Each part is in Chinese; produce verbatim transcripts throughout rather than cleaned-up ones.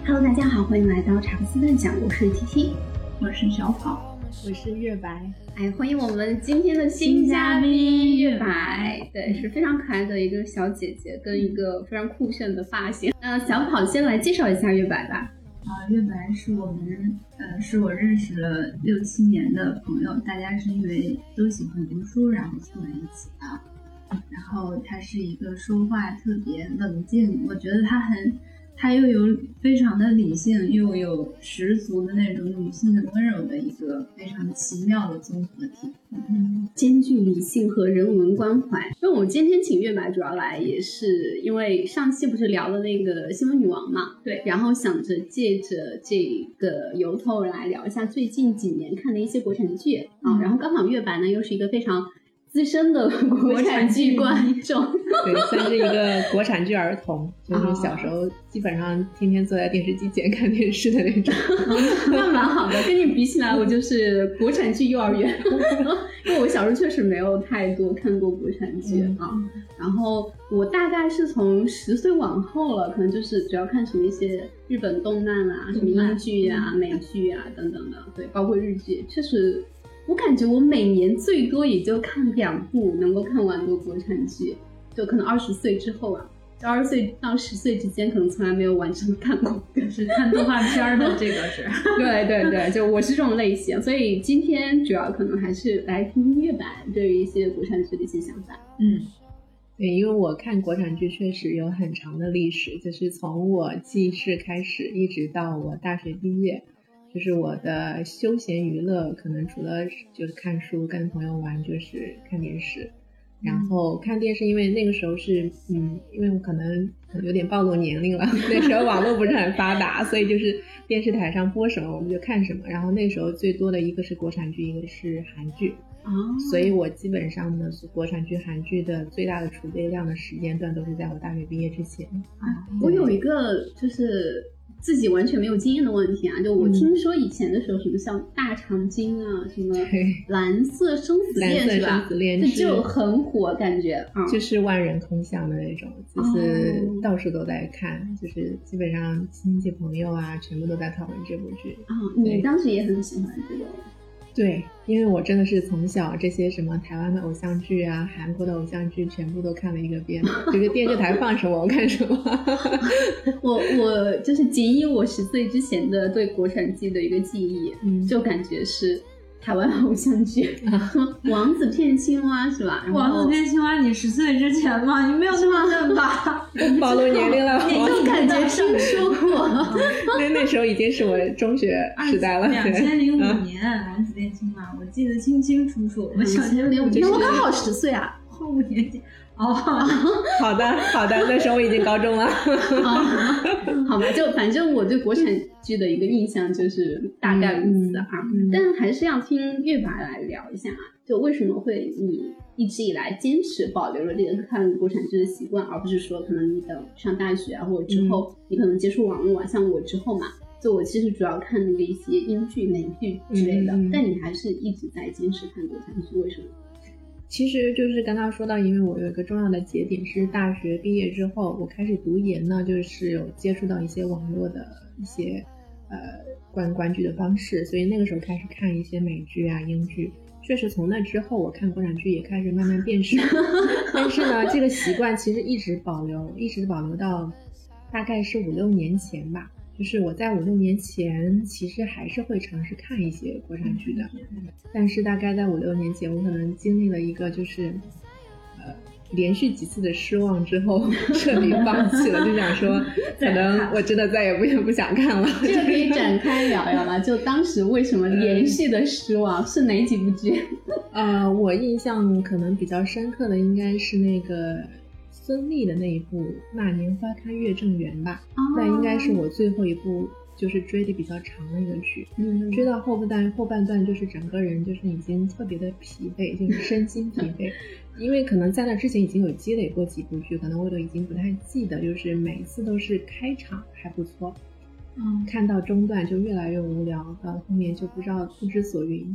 Hello， 大家好，欢迎来到茶不思乱讲，我是 T T， 我是小跑， 我是月白。 哎，欢迎我们今天的新嘉宾月白，对，是非常可爱的一个小姐姐，跟一个非常酷炫的发型。那、呃、小跑先来介绍一下月白吧。 啊，月白是我们呃，是我认识了六七年的朋友，大家是因为都喜欢读书，然后凑在一起的。然后他是一个说话特别冷静，我觉得他很。她又有非常的理性，又有十足的那种女性的温柔的一个非常奇妙的综合体， 嗯，兼具理性和人文关怀。因为我今天请月白主要来也是因为上期不是聊了那个新闻女王嘛， 对， 然后想着借着这个由头来聊一下最近几年看的一些国产剧、嗯、啊，然后刚好月白呢又是一个非常资深的国产剧观众， 对，算是一个国产剧儿童，就是小时候基本上天天坐在电视机前看电视的那种。 那蛮好的，跟你比起来我就是国产剧幼儿园。因为我小时候确实没有太多看过国产剧、嗯、啊，然后我大概是从十岁往后了，可能就是主要看什么一些日本动漫啊，什么英剧啊、美剧啊等等的，对，包括日剧，确实我感觉我每年最多也就看两部能够看完的国产剧，就可能二十岁之后啊，就二十岁到十岁之间可能从来没有完整的看过， 就是看动画片的这个是对对对，就我是这种类型，所以今天主要可能还是来听听月白对于一些国产剧的一些想法。 嗯，对，因为我看国产剧确实有很长的历史，就是从我记事开始一直到我大学毕业，就是我的休闲娱乐可能除了就是看书跟朋友玩就是看电视，然后看电视因为那个时候是嗯，因为我可能有点暴露年龄了，那时候网络不是很发达，所以就是电视台上播什么我们就看什么，然后那时候最多的一个是国产剧，一个是韩剧、哦、所以我基本上呢国产剧韩剧的最大的储备量的时间段都是在我大学毕业之前、 啊、我有一个就是自己完全没有经验的问题啊，就我听说以前的时候什么像大长今啊、嗯、什么蓝色生死恋是吧， 蓝色生死恋是就很火感觉、嗯、 就是万人空巷的那种，就是到处都在看、哦、就是基本上亲戚朋友啊全部都在讨论这部剧啊、哦。你当时也很喜欢这个？ 对，因为我真的是从小这些什么台湾的偶像剧啊、韩国的偶像剧全部都看了一个遍，这个电视台放什么我看什么。 我我就是仅以我十岁之前的对国产剧的一个记忆、嗯、就感觉是台湾偶像剧，王子骗青蛙是吧？ 王子骗青蛙你十岁之前吗？你没有那么嫩吧？ 暴露年龄了， 你就感觉听说过。 那那时候已经是我中学时代了， 两千零五年王子骗青蛙我记得清清楚楚。我小学零五年， 那我刚好十岁啊， 后五年级。哦， 好的好的，那时候我已经高中了。 好吧，就反正我对国产剧的一个印象就是大概如此啊、嗯嗯、但还是要听月白来聊一下啊，就为什么会你一直以来坚持保留了这个看国产剧的习惯，而不是说可能你等上大学啊或者之后、嗯、你可能接触网络啊，像我之后嘛，就我其实主要看那个一些英剧美剧之类的、嗯、但你还是一直在坚持看国产剧，为什么？ 其实就是刚刚说到，因为我有一个重要的节点是大学毕业之后我开始读研呢，就是有接触到一些网络的一些呃观观剧的方式，所以那个时候开始看一些美剧啊英剧，确实从那之后我看国产剧也开始慢慢变少。但是呢这个习惯其实一直保留一直保留到大概是五六年前吧，就是我在五六年前其实还是会尝试看一些国产剧的，但是大概在五六年前我可能经历了一个就是呃连续几次的失望之后彻底放弃了，就想说可能我真的再也不不想看了。 这个可以展开聊聊吗？就当时为什么连续的失望、嗯、是哪几部剧？ 呃，我印象可能比较深刻的应该是那个孙俪的那一部《那年花开月正圆》吧、哦、那应该是我最后一部就是追的比较长的一个剧、嗯、追到后半段后半段就是整个人就是已经特别的疲惫，就是身心疲惫。因为可能在那之前已经有积累过几部剧，可能我都已经不太记得，就是每次都是开场还不错、嗯、看到中段就越来越无聊，到后面就不知道不知所云。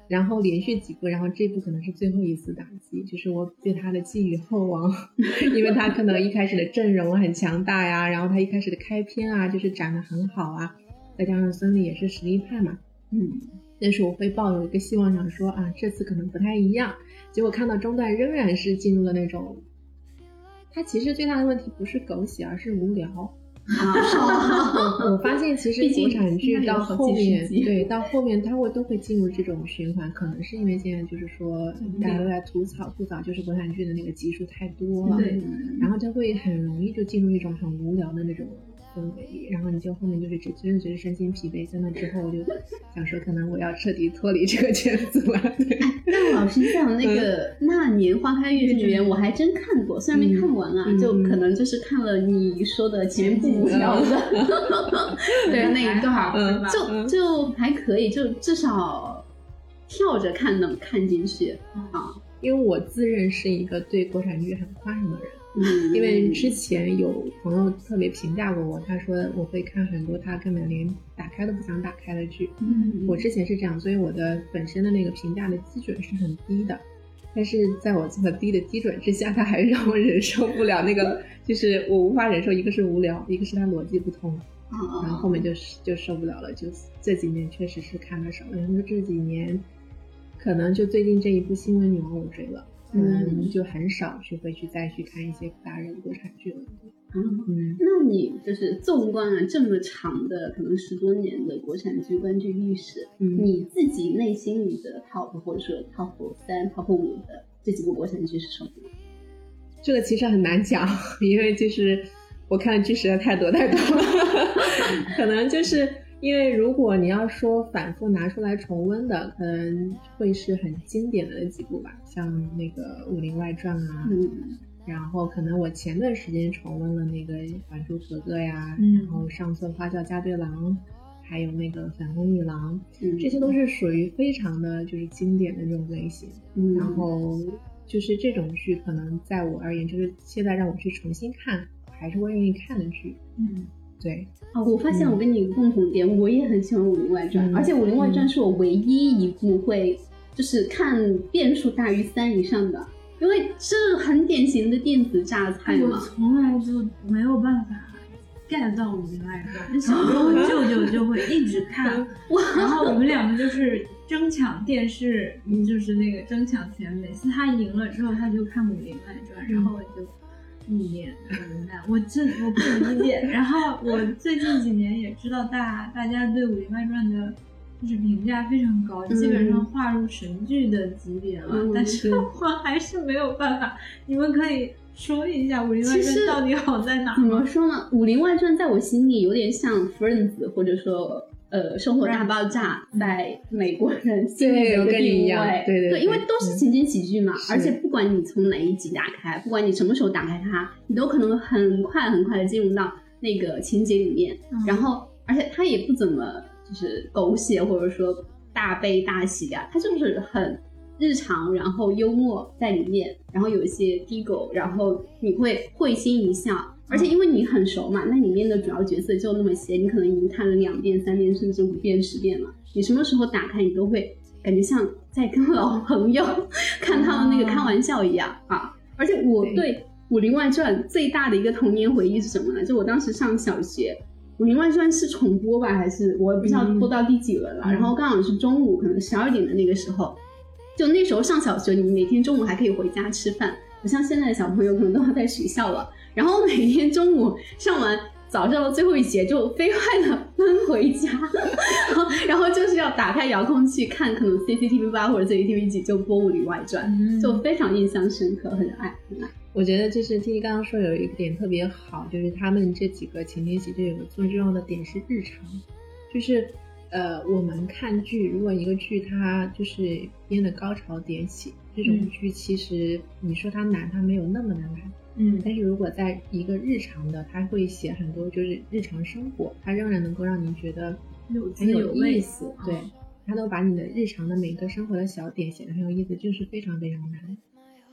然后连续几部，然后这部可能是最后一次打击，就是我对他的寄予厚望，因为他可能一开始的阵容很强大呀，然后他一开始的开篇啊就是展得很好啊，再加上孙俪也是实力派嘛，嗯，但是我会抱有一个希望，想说啊这次可能不太一样，结果看到中段仍然是进入了那种，他其实最大的问题不是狗血，而是无聊。啊，我发现其实国产剧到后面，对，到后面它会都会进入这种循环，可能是因为现在就是说大家都在吐槽吐槽，就是国产剧的那个集数太多了，对，然后就会很容易就进入一种很无聊的那种氛围里，然后你就后面就是只真的觉得身心疲惫，在那之后我就想说可能我要彻底脱离这个圈子了。对， 但老实讲那个、嗯、那年花开月正圆我还真看过，虽然没看完啊、嗯、就可能就是看了你说的前面不无聊的、嗯、对那一段、嗯、就就还可以，就至少跳着看能看进去、嗯、啊， 因为我自认是一个对国产剧很宽容的人，嗯，因为之前有朋友特别评价过我，他说我会看很多他根本连打开都不想打开的剧，嗯，我之前是这样，所以我的本身的那个评价的基准是很低的，但是在我这么低的基准之下，他还让我忍受不了那个，就是我无法忍受，一个是无聊，一个是他逻辑不通，哦、然后后面就就受不了了，就这几年确实是看的少，然后这几年可能就最近这一部《新闻女王》我追了。嗯，就很少去会去再去看一些大热的国产剧了。 嗯嗯，那你就是纵观了这么长的可能十多年的国产剧观剧历史，嗯，你自己内心里的 top 或者说 top 三、top 五的这几部国产剧是什么？ 这个其实很难讲，因为就是我看的剧实在太多太多了，可能就是。因为如果你要说反复拿出来重温的，可能会是很经典的几部吧，像那个《武林外传》啊，嗯，然后可能我前段时间重温了那个《还珠格格》呀，嗯，然后上册花轿嫁对郎，还有那个《粉红女郎》，嗯，这些都是属于非常的就是经典的那种类型，嗯，然后就是这种剧可能在我而言，就是现在让我去重新看，还是会愿意看的剧，嗯。对啊，我发现我跟你一个共同点、嗯、我也很喜欢《武林外传》、嗯、而且《武林外传》是我唯一一部会就是看遍数大于三以上的，因为是很典型的电子榨菜嘛。 我从来就没有办法 get 到《武林外传》，小时候我舅舅就会一直看，然后我们两个就是争抢电视，就是那个争抢权，每次他赢了之后他就看《武林外传》，然后我就意念明白，我这我不理解。然后我最近几年也知道大大家对《武林外传》的就是评价非常高，嗯、基本上划入神剧的级别了。嗯、但是我还是没有办法。你们可以说一下《武林外传》到底好在哪？ 怎么说呢？《武林外传》在我心里有点像 Friends， 或者说呃，生活大爆炸在美国人心里的一个定位， 对对对, 对，因为都是情景喜剧嘛，而且不管你从哪一集打开，不管你什么时候打开它，你都可能很快很快的进入到那个情节里面，嗯、然后而且它也不怎么就是狗血或者说大悲大喜啊，它就是很日常，然后幽默在里面，然后有一些低狗，然后你会会心一笑。而且因为你很熟嘛，那里面的主要角色就那么些，你可能已经看了两遍、三遍，甚至五遍、十遍了。你什么时候打开，你都会感觉像在跟老朋友看他们那个开玩笑一样啊！而且我对《武林外传》最大的一个童年回忆是什么呢？就我当时上小学，《武林外传》是重播吧，还是我也不知道播到第几轮了。嗯、然后刚好是中午，可能十二点的那个时候，就那时候上小学，你每天中午还可以回家吃饭，不像现在的小朋友可能都要在学校了。然后每天中午上完早上的最后一节就飞快的奔回家，然后就是要打开遥控器看，可能 C C T V 八或者 C C T V 几就播《武林外传》，嗯，就非常印象深刻，很爱很爱。 我觉得就是 T T 刚刚说有一个点特别好，就是他们这几个情景喜剧有个最重要的点是日常，就是呃，我们看剧，如果一个剧它就是编的高潮迭起，这种剧其实你说它难，它没有那么的难。嗯，但是如果在一个日常的，他会写很多就是日常生活，他仍然能够让你觉得很有意思，有对，他都把你的日常的每个生活的小点写得很有意思，就是非常非常难。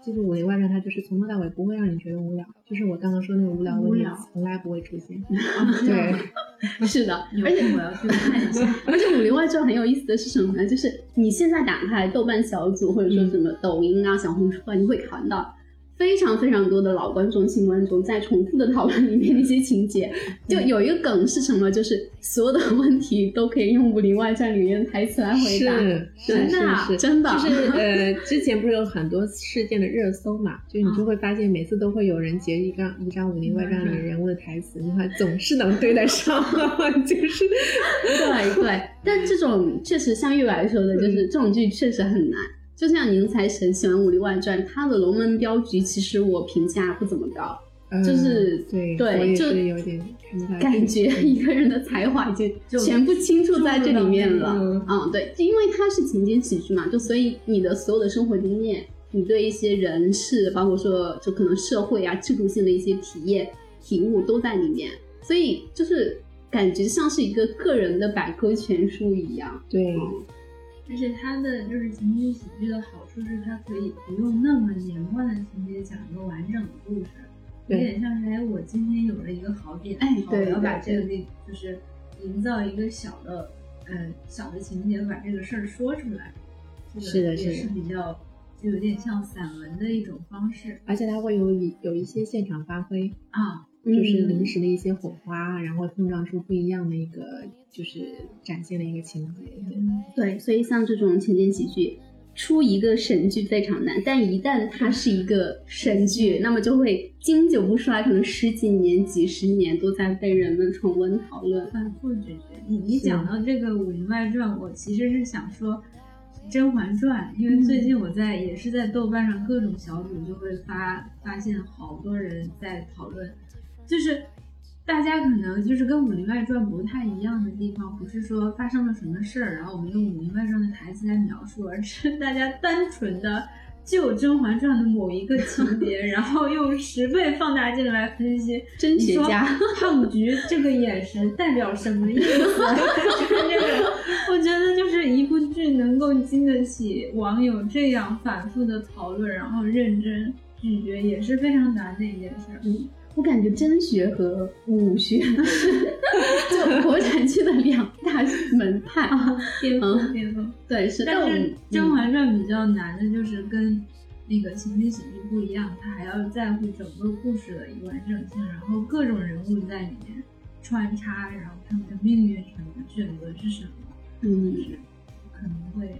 这部《武林外传》它就是从头到尾不会让你觉得无聊，就是我刚刚说那种无聊问题从来不会出现。 对，是的， 而且我要去看一下。 而且《武林外传》很有意思的是什么呢？就是你现在打开豆瓣小组或者说什么抖音啊、小红书啊，你会看到非常非常多的老观众、新观众在重复的讨论里面的一些情节。就有一个梗是什么？就是所有的问题都可以用《武林外传》里面的台词来回答。 是， 真的， 是是真的。 就是呃，之前不是有很多事件的热搜嘛？就你就会发现，每次都会有人截一张一张《武林外传》里人物的台词，你看总是能对得上，就是对对。但这种确实像玉来说的，就是这种剧确实很难。就像宁财神喜欢《武林外传》，他的龙门镖局其实我评价不怎么高，嗯、就是对对， 就有点感觉一个人的才华已经全部倾注在这里面了。嗯, 嗯，对，因为它是情景喜剧嘛，就所以你的所有的生活经验，你对一些人事，包括说就可能社会啊、制度性的一些体验、体悟都在里面，所以就是感觉像是一个个人的百科全书一样。 对。 嗯， 而且它的就是情景喜剧的好处是，它可以不用那么连贯的情节讲一个完整的故事，有点像是哎，我今天有了一个好点， 哎，对， 我要把这个就是营造一个小的呃小的情节，把这个事儿说出来， 是的， 是的，也是比较就有点像散文的一种方式， 而且它会有有一些现场发挥啊。 就是临时的一些火花、嗯、然后碰撞出不一样的一个就是展现的一个情节。 对，对，所以像这种情景喜剧出一个神剧非常难，但一旦它是一个神剧，那么就会经久不衰，可能十几年几十年都在被人们重温讨论， 反复咀嚼。你你讲到这个《武林外传》，我其实是想说《甄嬛传》，因为最近我在、嗯、也是在豆瓣上各种小组就会发发现好多人在讨论，就是大家可能就是跟《武林外传》不太一样的地方，不是说发生了什么事儿，然后我们用《武林外传》的台词来描述，而是大家单纯的就《甄嬛传》的某一个情节，然后用十倍放大镜来分析。 真学家， 胖菊这个眼神代表什么意思？就是这个，我觉得就是一部剧能够经得起网友这样反复的讨论，然后认真咀嚼，也是非常难的一件事。 嗯。我感觉真学和武学是就国产剧的两大门派啊，巅峰巅峰。 对，是。 但是《甄嬛传》比较难的就是跟那个情景喜剧不一样，它还要在乎整个故事的一个完整性，然后各种人物在里面穿插，然后他们的命运什么选择是什么， 嗯， 就是可能会。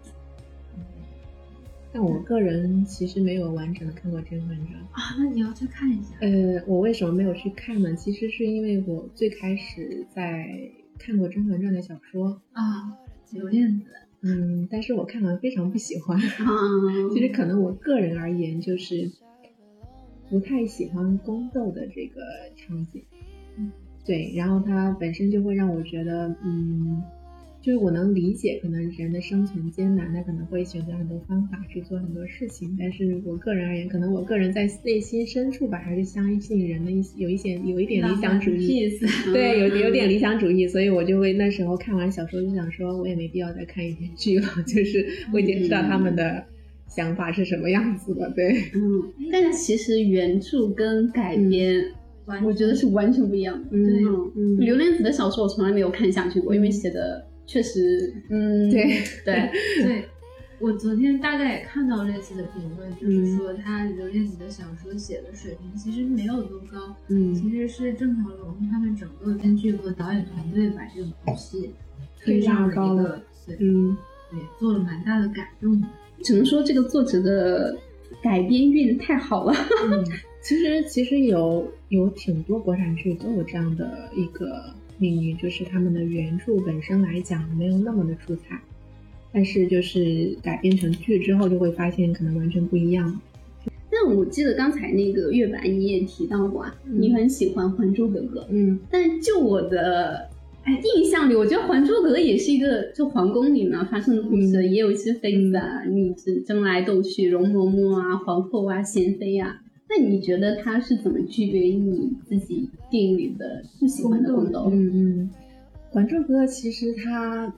但我个人其实没有完整的看过《甄嬛传》 啊，那你要去看一下。 呃，我为什么没有去看呢？其实是因为我最开始在看过《甄嬛传》的小说啊，刘恋子。 嗯，但是我看完非常不喜欢。 啊， 其实可能我个人而言，就是不太喜欢宫斗的这个场景。 嗯， 对，然后它本身就会让我觉得，嗯。就是我能理解可能人的生存艰难，他可能会选择很多方法去做很多事情，但是我个人而言，可能我个人在内心深处吧，还是相信人的一有一些有一点理想主义，对，有有点理想主义，所以我就会那时候看完小说就想说，我也没必要再看一遍剧了，就是我已经知道他们的想法是什么样子的，对， 嗯，但是其实原著跟改编。嗯，我觉得是完全不一样的。 嗯， 对， 嗯， 刘恋子的小说我从来没有看下去过，嗯，因为写的确实，嗯， 对对对。我昨天大概也看到类似的评论，就是说他刘恋子的小说写的水平其实没有多高， 嗯， 其实是郑晓龙他们整个编剧和导演团队把这种东西推上了一个，对， 嗯， 对，做了蛮大的改动。 只能说这个作者的改编运太好了。 嗯，其实其实有有挺多国产剧都有这样的一个命运，就是他们的原著本身来讲没有那么的出彩，但是就是改编成剧之后就会发现可能完全不一样。 但我记得刚才那个月白你也提到过啊，嗯，你很喜欢《还珠格格》， 嗯， 但就我的印象里，我觉得《还珠格格》也是一个就皇宫里面发生的故事，嗯，也有一些妃子啊，你争来斗去，容嬷嬷啊、皇后啊、贤妃啊。那你觉得它是怎么区别于你自己电影里的不喜欢的宫斗？ 嗯嗯，《还珠格格》其实它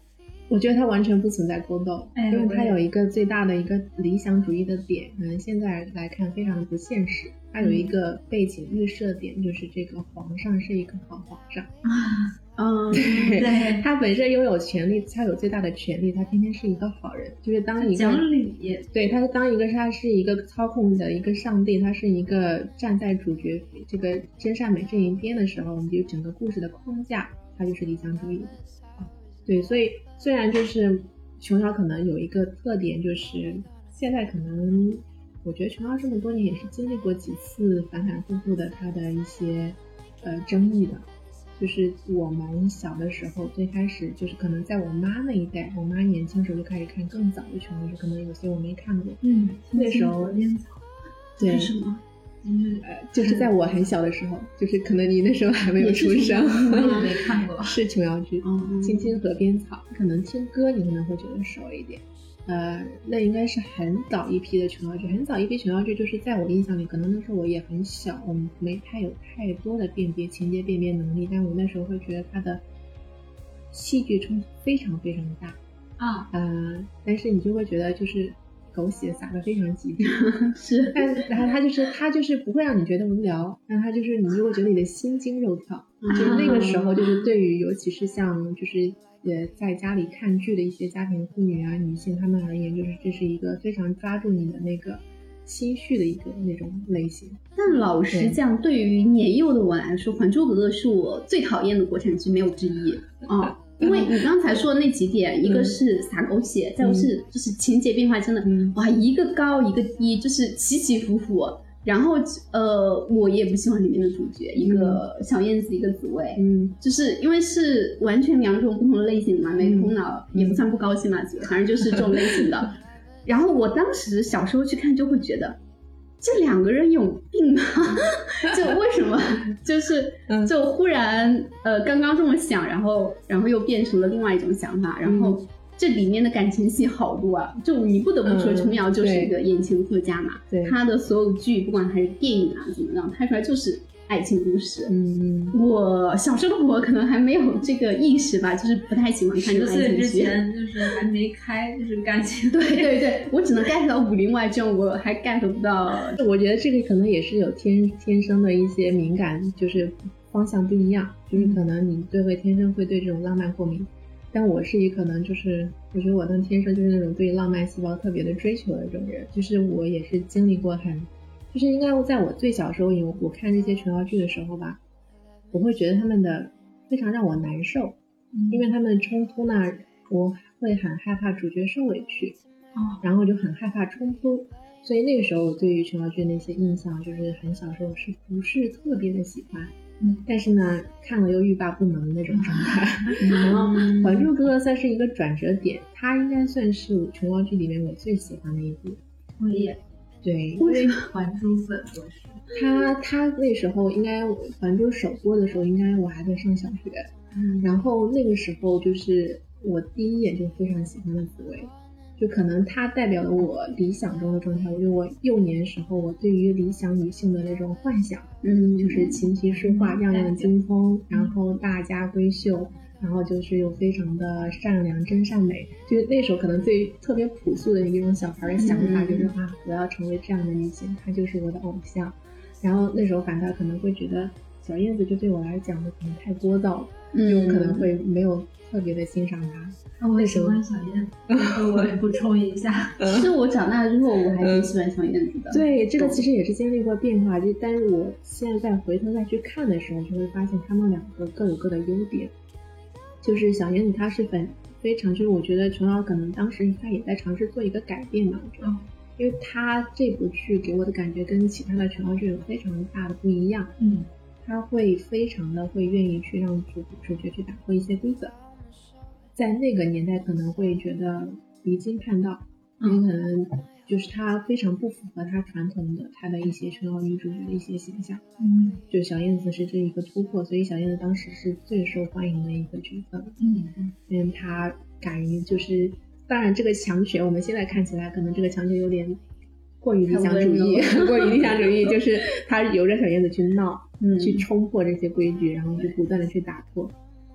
我觉得它完全不存在宫斗， 哎、 因为它有一个最大的一个理想主义的点，可能现在来看非常的不现实。它有一个背景预设点，就是这个皇上是一个好皇上啊。 嗯， 对， 他本身拥有权利，他有最大的权利，他偏偏是一个好人，就是当一个讲理， 对他当一个他是一个操控的一个上帝，他是一个站在主角这个真善美这一边的时候，你就整个故事的框架，它就是理想主义的。对，所以虽然就是琼瑶可能有一个特点，就是现在可能我觉得琼瑶这么多年也是经历过几次反反复复的他的一些呃争议的。就是我们小的时候，最开始就是可能在我妈那一代，我妈年轻时候就开始看更早的琼瑶剧，可能有些我没看过。 嗯， 那时候对什么？ 嗯，呃，就是在我很小的时候，就是可能你那时候还没有出生， 我也没看过， 是琼瑶剧， 嗯， 《青青河边草》，可能听歌你可能会觉得熟一点。呃，那应该是很早一批的琼瑶剧，很早一批琼瑶剧，就是在我印象里，可能那时候我也很小，我们没太有太多的辨别情节辨别能力，但我那时候会觉得它的戏剧冲突非常非常大啊， 呃，但是你就会觉得就是狗血撒得非常极致， 是， 但然后它就是它就是不会让你觉得无聊，但它就是你就会觉得你的心惊肉跳， 嗯、 就是那个时候就是对于尤其是像就是呃，在家里看剧的一些家庭妇女啊、女性，她们而言，就是这是一个非常抓住你的那个心绪的一个那种类型。 但老实讲，对于年幼的我来说，《还珠格格》是我最讨厌的国产剧，没有之一啊。因为你刚才说的那几点，一个是撒狗血，再有是就是情节变化真的、嗯、哇，一个高一个低，就是起起伏伏。然后呃，我也不喜欢里面的主角，一个小燕子，一个紫薇，嗯，就是因为是完全两种不同的类型嘛，没头脑、嗯、也不算不高兴嘛，反正就是这种类型的。然后我当时小时候去看就会觉得，这两个人有病吗？就为什么就是就忽然呃刚刚这么想，然后然后又变成了另外一种想法，然后。嗯这里面的感情戏好多啊，就你不得不说琼瑶就是一个言情作家嘛， 对， 她的所有剧不管还是电影啊怎么样拍出来就是爱情故事。 嗯， 我小时候的我可能还没有这个意识吧，就是不太喜欢看这种爱情剧。 十岁之前就是还没开，就是感情。 对对对，我只能 get 到《武林外传》，我还 get 不到。 我觉得这个可能也是有天天生的一些敏感，就是方向不一样，就是可能你对会天生会对这种浪漫过敏。但我是一可能就是我觉得我当天生就是那种对浪漫细胞特别的追求的这种人，就是我也是经历过很就是应该在我最小时候有我看这些琼瑶剧的时候吧，我会觉得他们的非常让我难受、嗯、因为他们的冲突呢我会很害怕主角受委屈、哦、然后就很害怕冲突，所以那个时候我对于琼瑶剧那些印象就是很小时候是不是特别的喜欢，嗯，但是呢，看了又欲罢不能那种状态。然后《还珠格格》算是一个转折点，它应该算是琼瑶剧里面我最喜欢的一部。 我也对， 因为还珠粉我是。 他他那时候应该还珠首播的时候，应该我还在上小学，嗯，然后那个时候就是我第一眼就非常喜欢的紫薇。就可能它代表了我理想中的状态，我觉得我幼年时候我对于理想女性的那种幻想，嗯，就是琴棋书画样样精通，然后大家闺秀，然后就是又非常的善良真善美，就是那时候可能最特别朴素的一种小孩的想法就是、嗯、啊，我要成为这样的女性，她就是我的偶像。然后那时候反倒可能会觉得小燕子就对我来讲的可能太聒噪了，嗯，就可能会没有特别的欣赏她。 啊，我也喜欢小燕子，我也补充一下， 其实我长大之后我还挺喜欢小燕子的。 对，这个其实也是经历过变化，就但是我现在回头再去看的时候，就会发现他们两个各有各的优点。就是小燕子她是非非常，就是我觉得琼瑶可能当时她也在尝试做一个改变嘛，我觉得，嗯，因为她这部剧给我的感觉跟其他的琼瑶剧有非常大的不一样，嗯，她会非常的会愿意去让主主角去打破一些规则。在那个年代可能会觉得离经叛道，也、嗯、可能就是他非常不符合他传统的他的一些琼瑶女主角的一些形象，嗯，就小燕子是这一个突破，所以小燕子当时是最受欢迎的一个角色，嗯，因为他敢于就是当然这个强权我们现在看起来可能这个强权有点过于理想主义过于理想主义就是他由着小燕子去闹、嗯、去冲破这些规矩，然后就不断的去打破。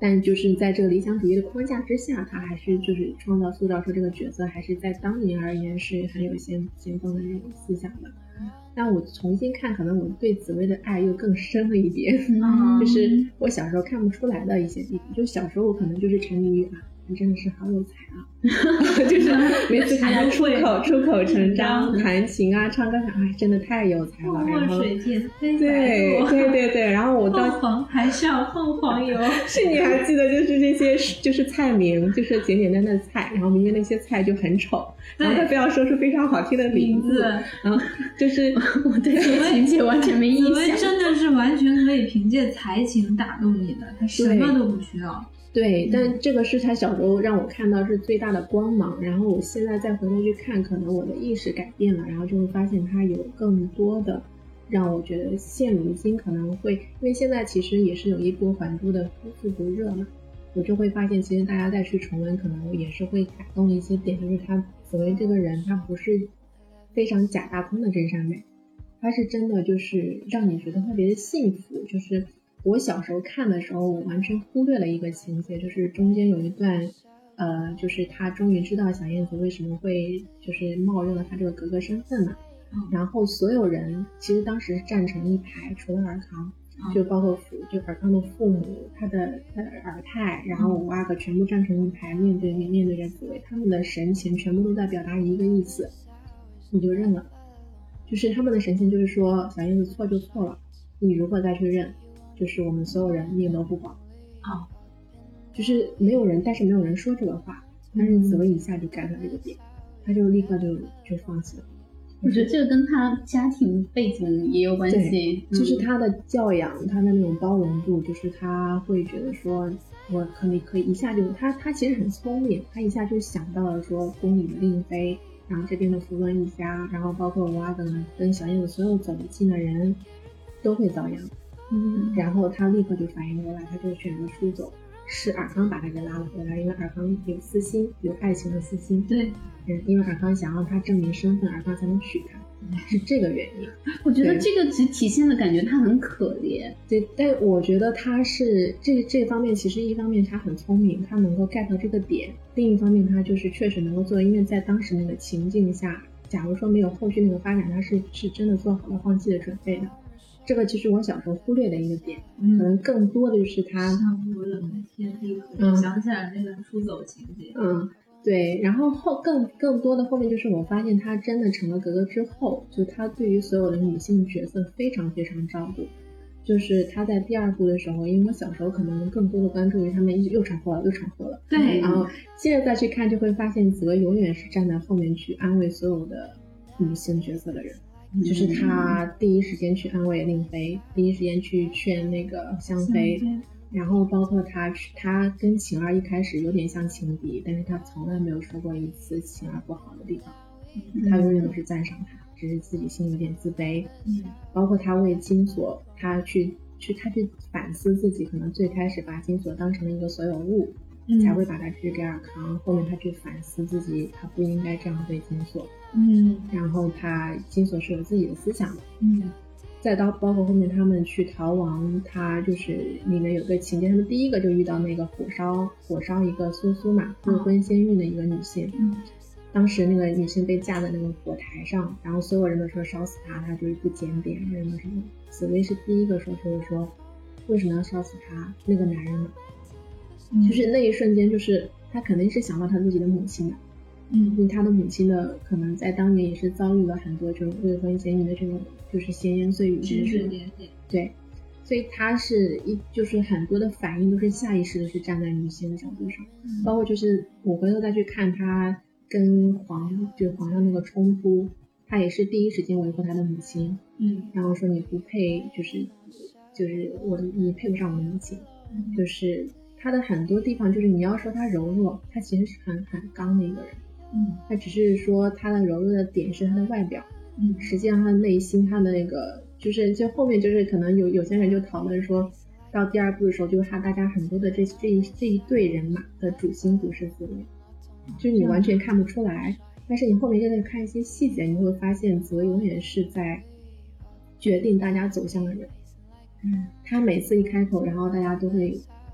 但就是在这个理想主义的框架之下，他还是就是创造塑造出这个角色，还是在当年而言是很有先先锋的这种思想的。但我重新看，可能我对紫薇的爱又更深了一点， 嗯、 就是我小时候看不出来的一些地方。就小时候我可能就是沉迷于啊，他真的是好有才啊，就是每次看他出口出口成章，弹琴啊、唱歌啥，哎，真的太有才了。然后水天飞对对对对，然后我到凤凰还上凤凰油， 是你还记得就是这些就是菜名，就是简简单单的菜，然后明明那些菜就很丑，然后他非要说出非常好听的名字，然后就是我对这个情节完全没印象。 紫薇真的是完全可以凭借才情打动你的，他什么都不需要。 对，但这个是他小时候让我看到是最大的光芒，然后我现在再回头去看，可能我的意识改变了，然后就会发现他有更多的让我觉得现如今可能会，因为现在其实也是有一波还珠的复古热嘛，我就会发现其实大家再去重温可能也是会打动的一些点，就是他紫薇这个人他不是非常假大空的真善美，他是真的就是让你觉得特别的幸福。就是我小时候看的时候，我完全忽略了一个情节，就是中间有一段呃，就是他终于知道小燕子为什么会就是冒认了他这个格格身份嘛，嗯、然后所有人其实当时是站成一排，除了尔康，嗯、就包括父就尔康的父母，他的他的尔太，然后五阿哥全部站成一排，面对面面对着紫薇，他们的神情全部都在表达一个意思，你就认了。就是他们的神情就是说小燕子错就错了，你如果再去认，就是我们所有人命都不保啊， 就是没有人，但是没有人说这个话，但是紫薇一下就 get 了这个点，他就立刻就就放弃了。 我觉得这个跟他家庭背景也有关系， 嗯、就是他的教养，他的那种包容度，就是他会觉得说，我可能可以一下就他他其实很聪明，他一下就想到了说宫里的令妃，然后这边的福伦一家，然后包括五阿哥跟小燕子所有走得近的人都会遭殃。嗯，然后他立刻就反应过来，他就选择出走，是尔康把他给拉了回来，因为尔康有私心，有爱情的私心。 对， 嗯，因为尔康想让他证明身份，尔康才能娶她，是这个原因。 我觉得这个只体现的感觉他很可怜。 对，但我觉得他是这这方面，其实一方面他很聪明，他能够 get 到这个点；另一方面他就是确实能够做，因为在当时那个情境下，假如说没有后续那个发展，他是是真的做好了放弃的准备的。这个其实我小时候忽略的一个点，嗯、可能更多的就是他像我冷的天地，嗯、想起来那个出走情节。 嗯，对。然后后更更多的后面就是我发现他真的成了格格之后，就他对于所有的女性角色非常非常照顾。就是他在第二部的时候，因为我小时候可能更多的关注于他们又闯祸了又闯祸了， 对。 然后现在再去看，就会发现紫薇永远是站在后面去安慰所有的女性角色的人。就是他第一时间去安慰令妃，第一时间去劝那个香妃，然后包括他他跟晴儿一开始有点像情敌，但是他从来没有说过一次晴儿不好的地方，嗯、他永远都是赞赏他，只是自己心里有点自卑。嗯、包括他为金锁，他去去他去反思自己，可能最开始把金锁当成了一个所有物，嗯、才会把他支给尔康，后面他去反思自己，他不应该这样对金锁。嗯，然后他金锁是有自己的思想的，嗯，再到包括后面他们去逃亡，他就是里面有个情节，他们第一个就遇到那个火烧火烧一个苏苏嘛，未婚先孕的一个女性，嗯，当时那个女性被架在那个火台上，然后所有人都说烧死她，她就是不检点什么什么，紫薇是第一个说，就是说为什么要烧死她那个男人呢？嗯、就是那一瞬间，就是他肯定是想到他自己的母亲的。嗯，因为他的母亲的可能在当年也是遭遇了很多这种未婚先孕的这种就是闲言碎语， 指指点点。 对，所以他是一就是很多的反应都是下意识的是站在女性的角度上，嗯、包括就是我回头再去看他跟皇就皇上那个冲突，他也是第一时间维护他的母亲，嗯，然后说你不配，就是就是我你配不上我的母亲，嗯、就是他的很多地方就是你要说他柔弱，他其实是很很刚的一个人。嗯，他只是说他的柔弱的点是他的外表，嗯，实际上他的内心，他的那个就是就后面就是可能有有些人就讨论说，到第二部的时候，就是他大家很多的这这一这一队人马的主心骨是紫薇，就是你完全看不出来，但是你后面就在看一些细节，你会发现紫薇永远是在决定大家走向的人。嗯，他每次一开口，然后大家都会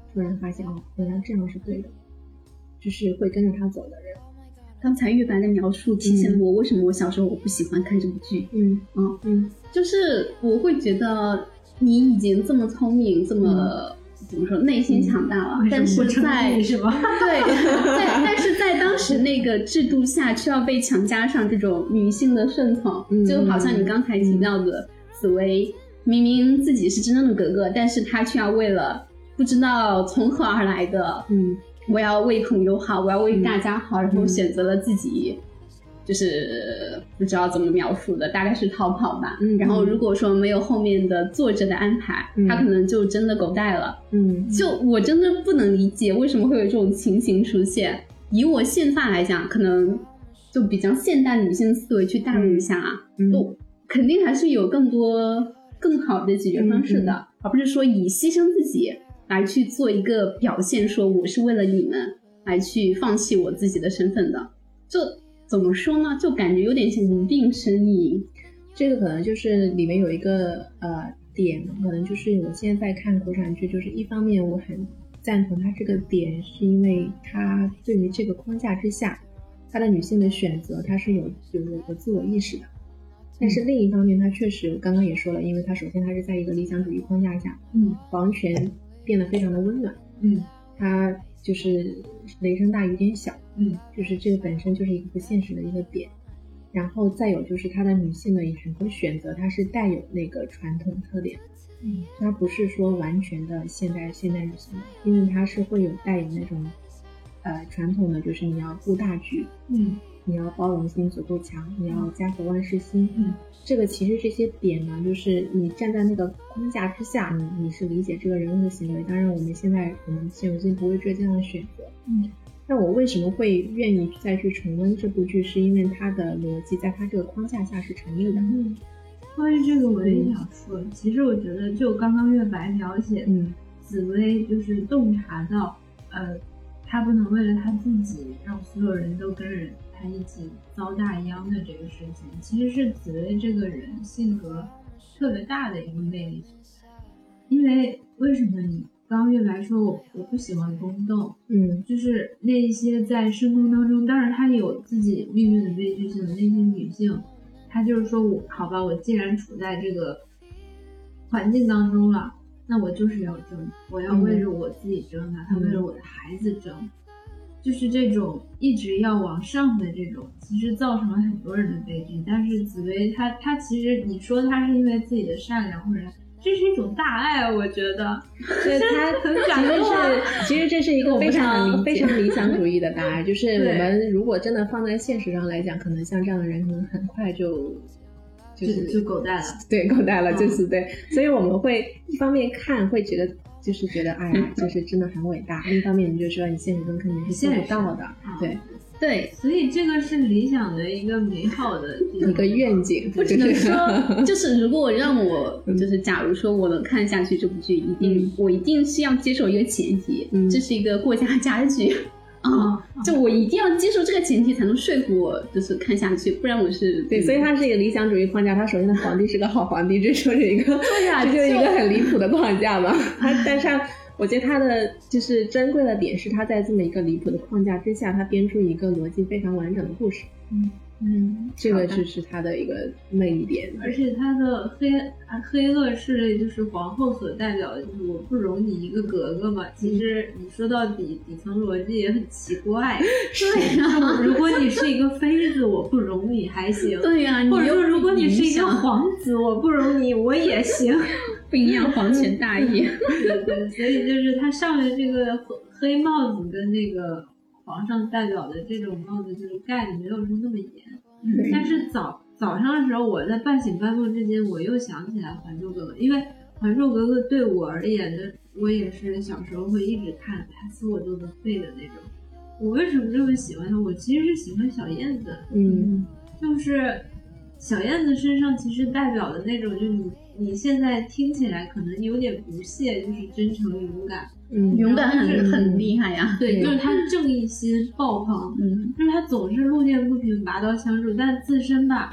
突然发现哦，原来这样是对的，就是会跟着他走的人。 刚才月白的描述提醒了我为什么我小时候我不喜欢看这部剧。 嗯嗯嗯， 就是我会觉得你已经这么聪明，这么、嗯、怎么说内心强大了， 嗯、 但是在是吗？ 对，在但是在当时那个制度下，却要被强加上这种女性的顺从，嗯、就好像你刚才提到的紫薇，明明自己是真正的格格，但是她却要为了不知道从何而来的， 嗯。 我要为朋友好，我要为大家好，嗯、然后选择了自己，就是不知道怎么描述的，大概是逃跑吧。 嗯， 然后如果说没有后面的作者的安排，嗯、他可能就真的狗带了。 嗯， 就我真的不能理解为什么会有这种情形出现。以我现在来讲，可能就比较现代女性思维去代入一下啊， 嗯、 都肯定还是有更多更好的解决方式的， 嗯、 而不是说以牺牲自己来去做一个表现，说我是为了你们来去放弃我自己的身份的。就怎么说呢，就感觉有点像无病呻吟。 这个可能就是里面有一个呃点，可能就是我现在在看国产剧，就是一方面我很赞同它这个点，是因为它对于这个框架之下，它的女性的选择它是有有有个自我意识的。但是另一方面，它确实我刚刚也说了，因为它首先它是在一个理想主义框架下， 嗯， 王权变得非常的温暖， 嗯， 它就是雷声大雨点小， 嗯， 就是这个本身就是一个不现实的一个点。然后再有就是它的女性的很多选择，它是带有那个传统特点， 嗯， 它不是说完全的现代现代女性的，因为它是会有带有那种呃传统的，就是你要顾大局， 嗯， 你要包容心足够强，你要家和万事兴， 嗯， 这个其实这些点呢，就是你站在那个框架之下，你你是理解这个人物的行为。当然，我们现在我们现如今不会做这样的选择， 嗯。 那我为什么会愿意再去重温这部剧？是因为它的逻辑在它这个框架下是成立的。 嗯，关于这个我也想说，嗯、其实我觉得就刚刚月白描写， 嗯， 紫薇就是洞察到，呃，她不能为了她自己让所有人都跟着她一起遭大殃的这个事情，其实是紫薇这个人性格特别大的一个魅力。因为为什么你？刚刚月白说我我不喜欢宫斗， 嗯， 就是那一些在深宫当中，当然她有自己命运的悲剧性的那些女性，她就是说我好吧，我既然处在这个环境当中了，那我就是要争，我要为着我自己争，哪怕为了我的孩子争，就是这种一直要往上的这种，其实造成了很多人的悲剧。但是紫薇她她其实你说她是因为自己的善良或者。这是一种大爱，我觉得， 对他很感动。 是，其实这是一个非常非常理想主义的大爱，就是我们如果真的放在现实上来讲，可能像这样的人，可能很快就就是就狗带了， 对，狗带了，就是对。所以我们会一方面看，会觉得就是觉得哎呀，就是真的很伟大；另一方面，你就说你现实中肯定是做不到的，对。 对， 所以这个是理想的一个美好的一个愿景， 不只能说，就是如果让我，就是假如说我能看下去这部剧，一定、嗯、我一定是要接受一个前提，嗯、这是一个过家家剧啊、嗯，就我一定要接受这个前提才能说服我，就是看下去，不然我是对，所以它是一个理想主义框架。它首先的皇帝是个好皇帝，这就是一个对呀、啊， 这就是一个很离谱的框架嘛。它但是它。我觉得它的就是珍贵的点是，它在这么一个离谱的框架之下，它编出一个逻辑非常完整的故事。 嗯嗯， 这个就是它的一个魅力点。 而且它的黑黑恶势力就是皇后所代表的，就是我不容你一个格格嘛。其实你说到底，底层逻辑也很奇怪。 对呀， 如果你是一个妃子，我不容你还行。 对呀、啊， 或者说如果你是一个皇子，我不容你，我也行。 不一样，皇权大义。 对对，所以就是他上面这个黑帽子跟那个皇上代表的这种帽子，就是盖的没有说那么严。嗯、但是早早上的时候，我在半醒半梦之间，我又想起来《还珠格格》，因为《还珠格格》对我而言的，我也是小时候会一直看，台词我都能背的那种。我为什么这么喜欢它？我其实是喜欢小燕子， 嗯， 就是小燕子身上其实代表的那种，就你。你现在听起来可能有点不屑，就是真诚勇敢， 嗯，勇敢很、就是、很厉害呀。 对，就是他正义心爆棚，嗯，就是他总是路见不平拔刀相助，但自身吧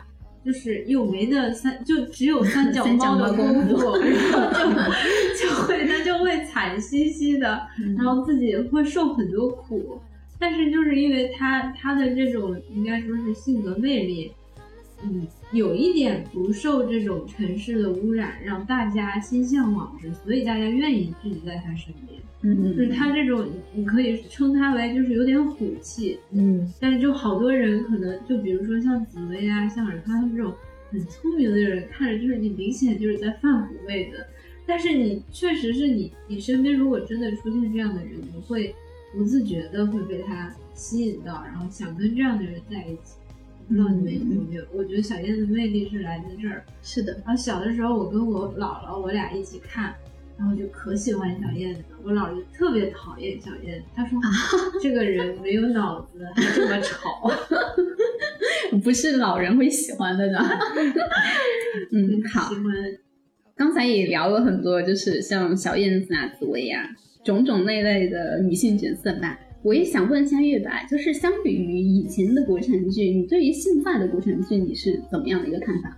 就是又没那三，就只有三脚猫的功夫，然后就就会他就会惨兮兮的，然后自己会受很多苦。但是就是因为他他的这种应该说是性格魅力，嗯，有一点不受这种城市的污染，让大家心向往之，所以大家愿意聚集在他身边。 嗯， 就是他这种，你可以称他为就是有点虎气， 嗯， 但是就好多人可能就比如说像紫薇啊、像尔康他们这种很聪明的人，看着就是你明显就是在犯虎位的，但是你确实是你你身边如果真的出现这样的人，你会不自觉的会被他吸引到，然后想跟这样的人在一起。不知道你们有没有？我觉得小燕的魅力是来自这儿。 是的。 然后小的时候，我跟我姥姥，我俩一起看，然后就可喜欢小燕子了。我姥姥就特别讨厌小燕子，她说、啊、这个人没有脑子，还这么吵。 不是老人会喜欢的呢。嗯，好。 喜欢。 刚才也聊了很多，就是像小燕子啊、紫薇啊，种种那类的女性角色吧。我也想问一下月白，就是相比于以前的国产剧，你对于现在的国产剧你是怎么样的一个看法？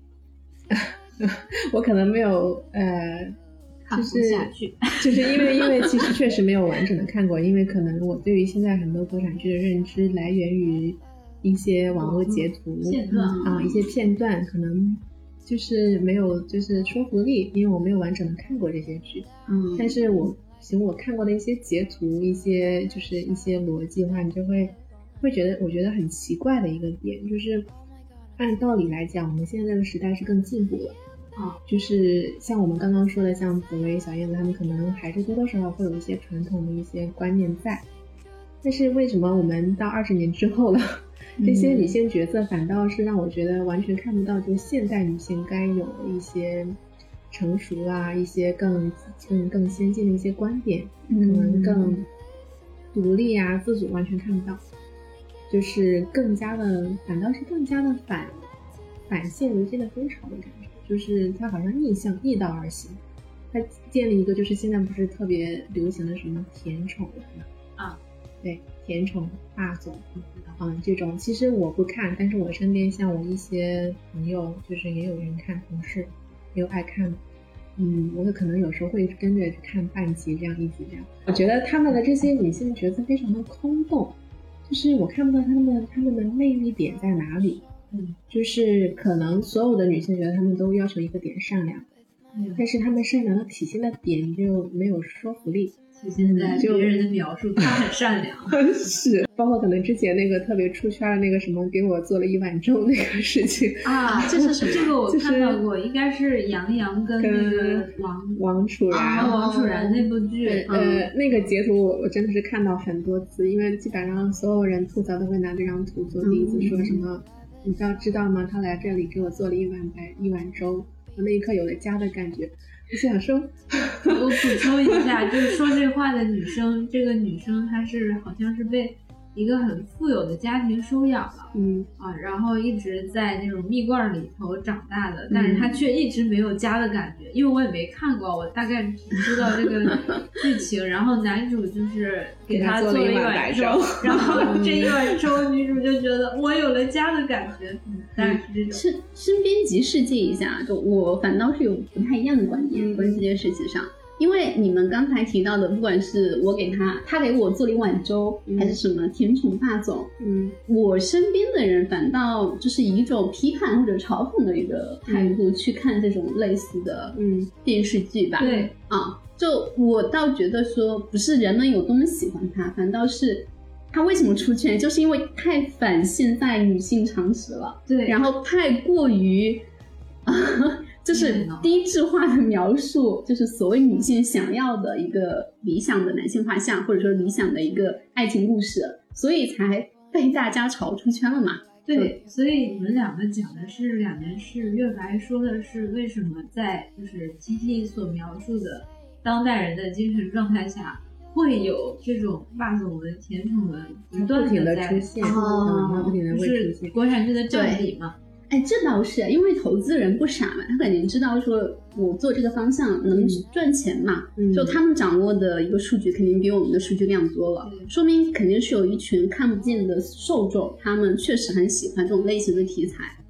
我可能没有呃， 看不下去， 就是、就是因为因为其实确实没有完整的看过，因为可能我对于现在很多国产剧的认知来源于一些网络截图、 嗯、片段啊，一些片段，可能就是没有就是说服力，因为我没有完整的看过这些剧。 嗯， 但是我行我看过的一些截图，一些就是一些逻辑的话，你就会会觉得我觉得很奇怪的一个点，就是按道理来讲，我们现在这个时代是更进步了啊，就是像我们刚刚说的，像紫薇、小燕子他们可能还是多多少少会有一些传统的一些观念在，但是为什么我们到二十年之后了，这些女性角色反倒是让我觉得完全看不到，就现代女性该有的一些成熟啊，一些更更更先进的一些观点，可能更独立啊、自主，完全看不到，就是更加的，反倒是更加的反反现如今的风潮的感觉，就是它好像逆向逆道而行，它建立一个就是现在不是特别流行的什么甜宠啊， 对，甜宠霸总，嗯，这种其实我不看，但是我身边像我一些朋友，就是也有人看，同事。又爱看，嗯，我可能有时候会跟着去看半集这样一集这样。我觉得他们的这些女性角色非常的空洞，就是我看不到他们的他们的魅力点在哪里。嗯，就是可能所有的女性角色他们都要求一个点善良，嗯，但是他们善良的体现的点就没有说服力。 体现在别人的描述，他很善良。 是，包括可能之前那个特别出圈的那个什么给我做了一碗粥那个事情啊，这是什么？这个我看到过，就是、应该是杨洋跟那个王王楚然、 啊、王楚然那部剧。 呃，嗯、那个截图我我真的是看到很多次，因为基本上所有人吐槽都会拿这张图做例子，嗯、说什么你知道知道吗？他来这里给我做了一碗白一碗粥，我那一刻有了家的感觉。我想说， 我补充一下，就是说这话的女生，这个女生她是好像是被一个很富有的家庭收养了， 嗯啊，然后一直在那种蜜罐里头长大的，但是她却一直没有家的感觉，因为我也没看过，我大概只知道这个剧情。然后男主就是给她做了一碗粥，然后这一碗粥女主就觉得我有了家的感觉，嗯，大概是这种。 是身边即世界一下，就我反倒是有不太一样的观点关于这件事情上。因为你们刚才提到的，不管是我给他，他给我做了一碗粥，嗯、还是什么甜宠霸总， 嗯， 我身边的人反倒就是以一种批判或者嘲讽的一个态度去看这种类似的嗯电视剧吧。 对啊，就我倒觉得说，不是人们有多么喜欢他，反倒是他为什么出圈，就是因为太反现在女性常识了， 对， 然后太过于。就是低质化的描述，就是所谓女性想要的一个理想的男性画像，或者说理想的一个爱情故事，所以才被大家炒出圈了嘛。 对，所以你们两个讲的是两件事，月白说的是为什么在就是 T T 所描述的当代人的精神状态下会有这种霸总文、甜宠文不断的在出现， 哦， 不停的会出现，国产剧的正比嘛。 哎，这倒是，因为投资人不傻嘛，他肯定知道说我做这个方向能赚钱嘛，嗯、就他们掌握的一个数据肯定比我们的数据量多了，嗯、说明肯定是有一群看不见的受众，他们确实很喜欢这种类型的题材啊。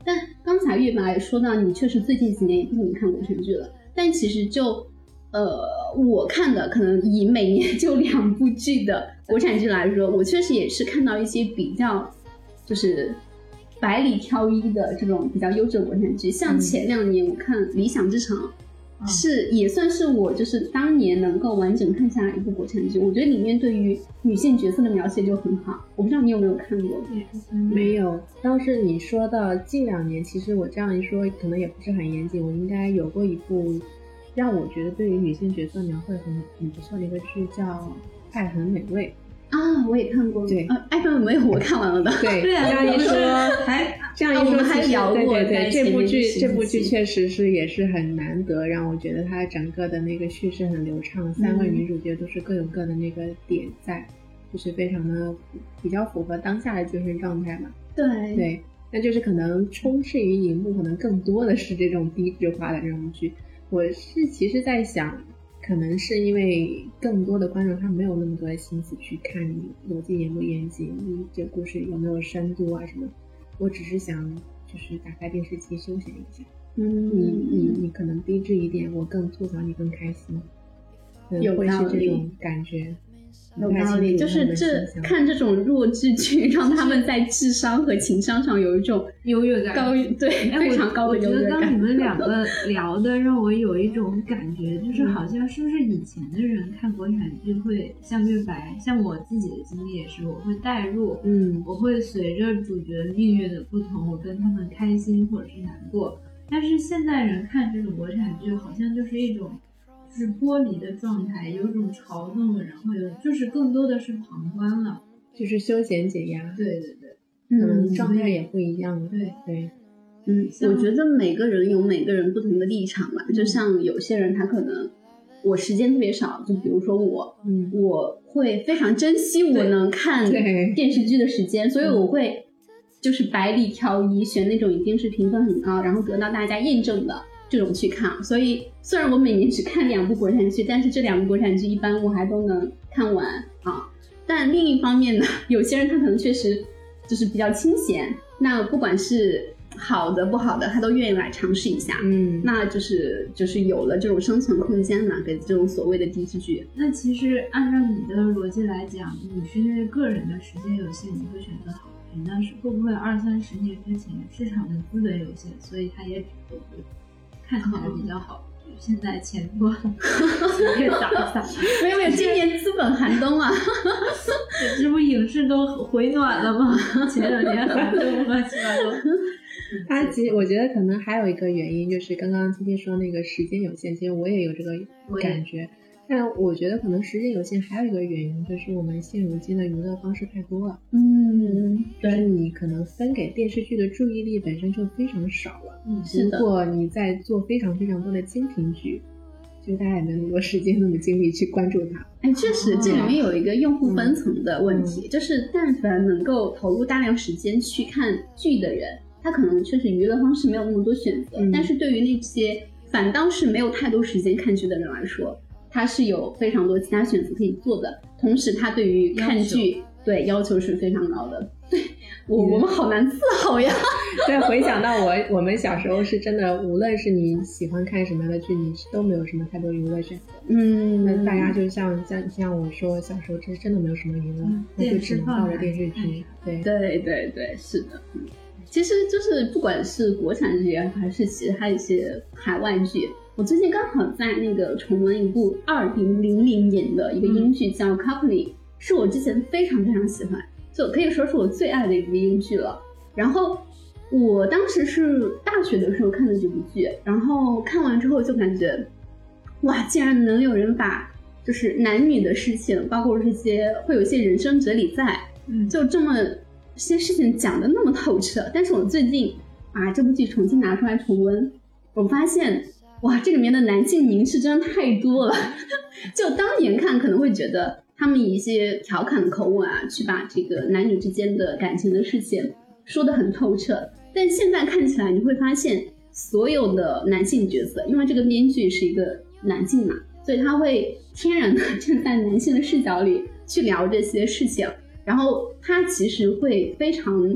但刚才月白也说到，你确实最近几年也不怎么看国产剧了，但其实就呃我看的可能以每年就两部剧的国产剧来说，我确实也是看到一些比较就是百里挑一的这种比较优质的国产剧，像前两年我看《理想之城》嗯，是也算是我就是当年能够完整看下来一部国产剧，我觉得里面对于女性角色的描写就很好。我不知道你有没有看过？ 没有。当时你说到近两年，其实我这样一说可能也不是很严谨，我应该有过一部让我觉得对于女性角色描绘很很不错的一个剧，叫《爱很美味》 啊，我也看过。 对， 呃，爱很美味我看完了的。 对， 对啊， 这样一说， 还这样一说， 我们还聊过。 对对对，这部剧这部剧实确实是也是很难得，让我觉得它整个的那个叙事很流畅，三位女主角都是各有各的那个点在，就是非常的比较符合当下的精神状态嘛。 对对，那就是可能充斥于荧幕，可能更多的是这种低质化的这种剧。我是其实在想，可能是因为更多的观众他没有那么多的心思去看你逻辑严不严谨，你这个故事有没有深度啊什么。我只是想就是打开电视机休闲一下， 嗯， 你你你可能低质一点，我更吐槽你更开心， 有会是这种感觉。 有道理，就是这看这种弱智剧，让他们在智商和情商上有一种优越感， 高对、哎、非常高的优越感。 我觉得刚你们两个聊的，让我有一种感觉，就是好像是不是以前的人看国产剧会像月白，像我自己的经历也是，我会带入， 嗯， 我会随着主角命运的不同，我跟他们开心或者是难过。但是现代人看这种国产剧，好像就是一种。就是剥离的状态，有种嘲弄，然后有就是更多的是旁观了， 就是休闲解压。 对对对， 可能状态也不一样。 对对， 嗯，我觉得每个人有每个人不同的立场吧。就像有些人他可能我时间特别少，就比如说我， 嗯， 我会非常珍惜我能看电视剧的时间，所以我会就是百里挑一，选那种一定是评分很高，然后得到大家验证的。这种去看，所以虽然我每年只看两部国产剧，但是这两部国产剧一般我还都能看完啊。但另一方面呢，有些人他可能确实就是比较清闲，那不管是好的不好的，他都愿意来尝试一下。 嗯， 那就是就是有了这种生存空间嘛，给这种所谓的低质剧。 那其实按照你的逻辑来讲，你是因为个人的时间有限，你会选择好剧，但是会不会二三十年之前市场的资本有限，所以它也只会看起来比较好，嗯、现在钱多，随便打一打。 没有没有，今年资本寒冬啊， 这不影视都回暖了吗？前两年寒冬乱七八糟。 它其实我觉得可能还有一个原因，就是刚刚今天说那个时间有限，其实我也有这个感觉。但我觉得可能时间有限，还有一个原因就是我们现如今的娱乐方式太多了。 嗯， 就是你可能分给电视剧的注意力本身就非常少了。 嗯，是的。 如果你在做非常非常多的精品剧，就大家也没有那么多时间、那么精力去关注它。 哎，确实，这里面有一个用户分层的问题，嗯、就是但凡能够投入大量时间去看剧的人，他可能确实娱乐方式没有那么多选择，嗯、但是对于那些反倒是没有太多时间看剧的人来说。它是有非常多其他选择可以做的，同时它对于看剧对要求是非常高的。对我、嗯、我们好难自豪呀！ 对，回想到我我们小时候是真的，无论是你喜欢看什么样的剧，你都没有什么太多娱乐选择。 嗯， 那大家就像像像我说，小时候其实真的没有什么娱乐，嗯、那就只能抱着电视剧。对对对对，是的。嗯，其实就是不管是国产剧还是其他一些海外剧。我最近刚好在那个重温一部二零零零年的一个英剧，叫 Company， 是我之前非常非常喜欢，就可以说是我最爱的一部英剧了。然后我当时是大学的时候看的这部剧，然后看完之后就感觉，哇，竟然能有人把就是男女的事情，包括这些会有一些人生哲理在，嗯，就这么些事情讲得那么透彻。但是我最近把这部剧重新拿出来重温，我发现。哇，这里面的男性凝视真的太多了。就当年看可能会觉得他们以一些调侃的口吻啊，去把这个男女之间的感情的事情说得很透彻。但现在看起来你会发现，所有的男性角色，因为这个编剧是一个男性嘛，所以他会天然的站在男性的视角里去聊这些事情，然后他其实会非常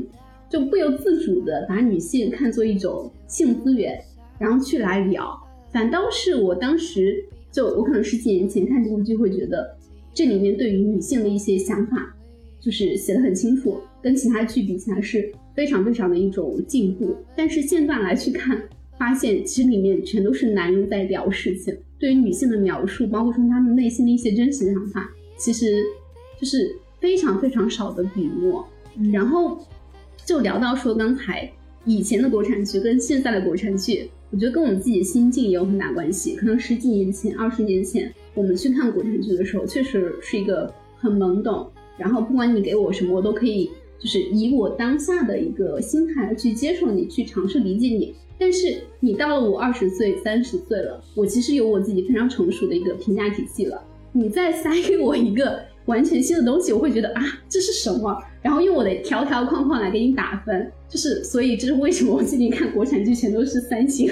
就不由自主的把女性看作一种性资源，然后去来聊。反倒是我当时就我可能十几年前看这部剧会觉得这里面对于女性的一些想法就是写得很清楚，跟其他剧比起来是非常非常的一种进步。但是现在来去看，发现其实里面全都是男人在聊事情，对于女性的描述，包括说他们内心的一些真实想法，其实就是非常非常少的笔墨。嗯、然后就聊到说刚才以前的国产剧跟现在的国产剧，我觉得跟我们自己的心境也有很大关系。可能十几年前二十年前我们去看国产剧的时候，确实是一个很懵懂，然后不管你给我什么我都可以就是以我当下的一个心态去接受你，去尝试理解你。但是你到了我二十岁三十岁了，我其实有我自己非常成熟的一个评价体系了，你再塞给我一个完全新的东西，我会觉得啊这是什么，然后用我的条条框框来给你打分，就是所以这是为什么我最近看国产剧全都是三星。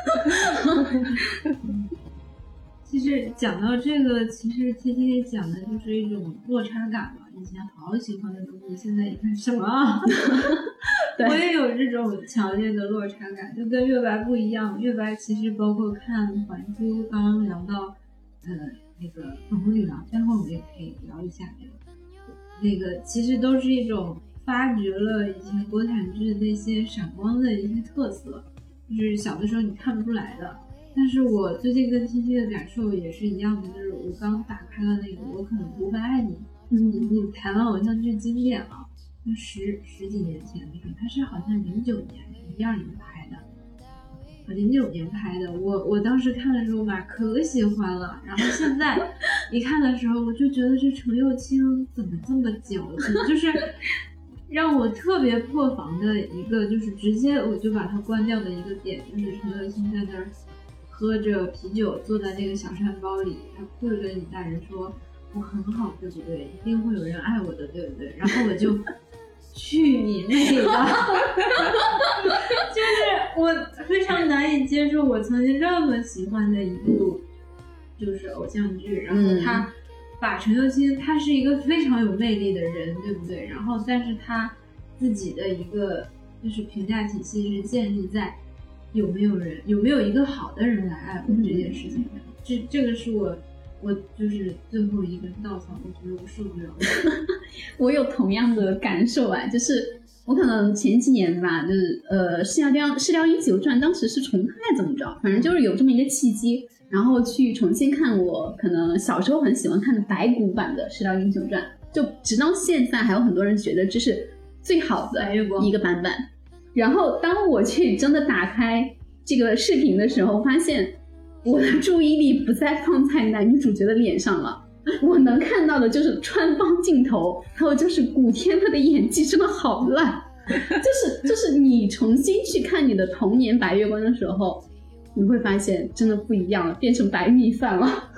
其实讲到这个，其实 T T 讲的就是一种落差感嘛。以前好喜欢的东西，现在一看什么啊？我也有这种强烈的落差感，就跟月白不一样。月白其实包括看《还珠》，刚刚聊到呃那个《粉红女郎》，待会儿我们也可以聊一下这个。那个其实都是一种发掘了以前国产剧那些闪光的一些特色，就是小的时候你看不出来的。但是我最近跟 T T 的感受也是一样的，就是我刚打开了那个《我可能不会爱你》，嗯，你台湾偶像剧经典了，就十十几年前的时候，它是好像零九年、一二年拍的，零九年拍的。我我当时看的时候吧，可喜欢了。然后现在一看的时候，我就觉得这程又青怎么这么矫情，就是让我特别破防的一个，就是直接我就把它关掉的一个点，就是程又青在那儿喝着啤酒，坐在那个小山包里，他哭着跟李大人说：“我很好，对不对？一定会有人爱我的，对不对？”然后我就去你妹的！就是我非常难以接受，我曾经这么喜欢的一部就是偶像剧，然后他把程又青，他是一个非常有魅力的人，对不对？然后但是他自己的一个就是评价体系是建立在有没有人有没有一个好的人来爱我这件事情上，这这个是我我就是最后一根稻草，我觉得我受不了了。 我有同样的感受啊，就是我可能前几年吧，就是呃《射雕射雕英雄传》当时是重拍怎么着，反正就是有这么一个契机，然后去重新看我可能小时候很喜欢看的白骨版的《射雕英雄传》，就直到现在还有很多人觉得这是最好的一个版本。然后当我去真的打开这个视频的时候，发现我的注意力不再放在男女主角的脸上了，我能看到的就是穿帮镜头，还有就是古天乐的演技真的好烂。就是就是你重新去看你的童年白月光的时候，你会发现真的不一样了，变成白米饭了。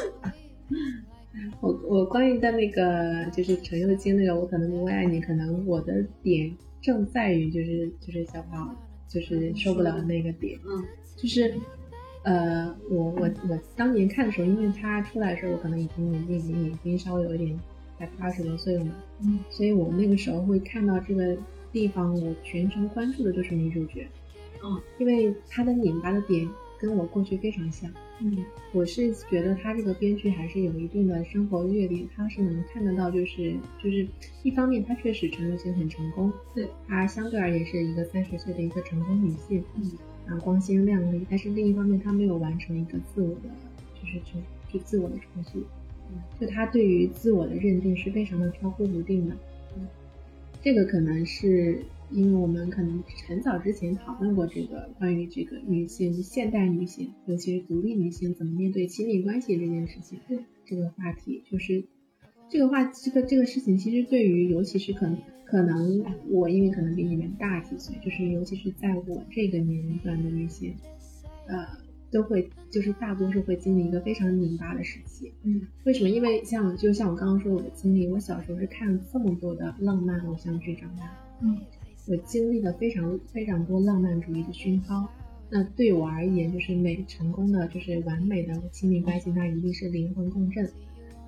我我关于的那个就是程又青那个我可能不会爱你，可能我的点正在于就是就是小跑就是受不了那个点，嗯，就是呃我我我当年看的时候，因为他出来的时候我可能已经年纪已经已经稍微有一点在二十多岁了嘛，嗯，所以我那个时候会看到这个地方，我全程关注的就是女主角，嗯，因为她的拧巴的点跟我过去非常像，嗯，我是觉得他这个编剧还是有一定的生活阅历，他是能看得到，就是就是一方面他确实程又青很成功，对，他相对而言是一个三十岁的一个成功女性，嗯，啊光鲜亮丽，但是另一方面他没有完成一个自我的就是就就自我的重塑，嗯，就他对于自我的认定是非常的飘忽不定的，嗯，这个可能是因为我们可能很早之前讨论过这个关于这个女性现代女性尤其是独立女性怎么面对亲密关系这件事情，对这个话题，就是这个话这个这个事情其实对于尤其是可能可能我因为可能比你们大几岁，就是尤其是在我这个年龄段的女性呃都会就是大多数会经历一个非常拧巴的时期，嗯，为什么？因为像就像我刚刚说我的经历，我小时候是看了这么多的浪漫偶像剧长大，嗯，我经历了非常非常多浪漫主义的熏陶，那对我而言就是每成功的就是完美的亲密关系那一定是灵魂共振，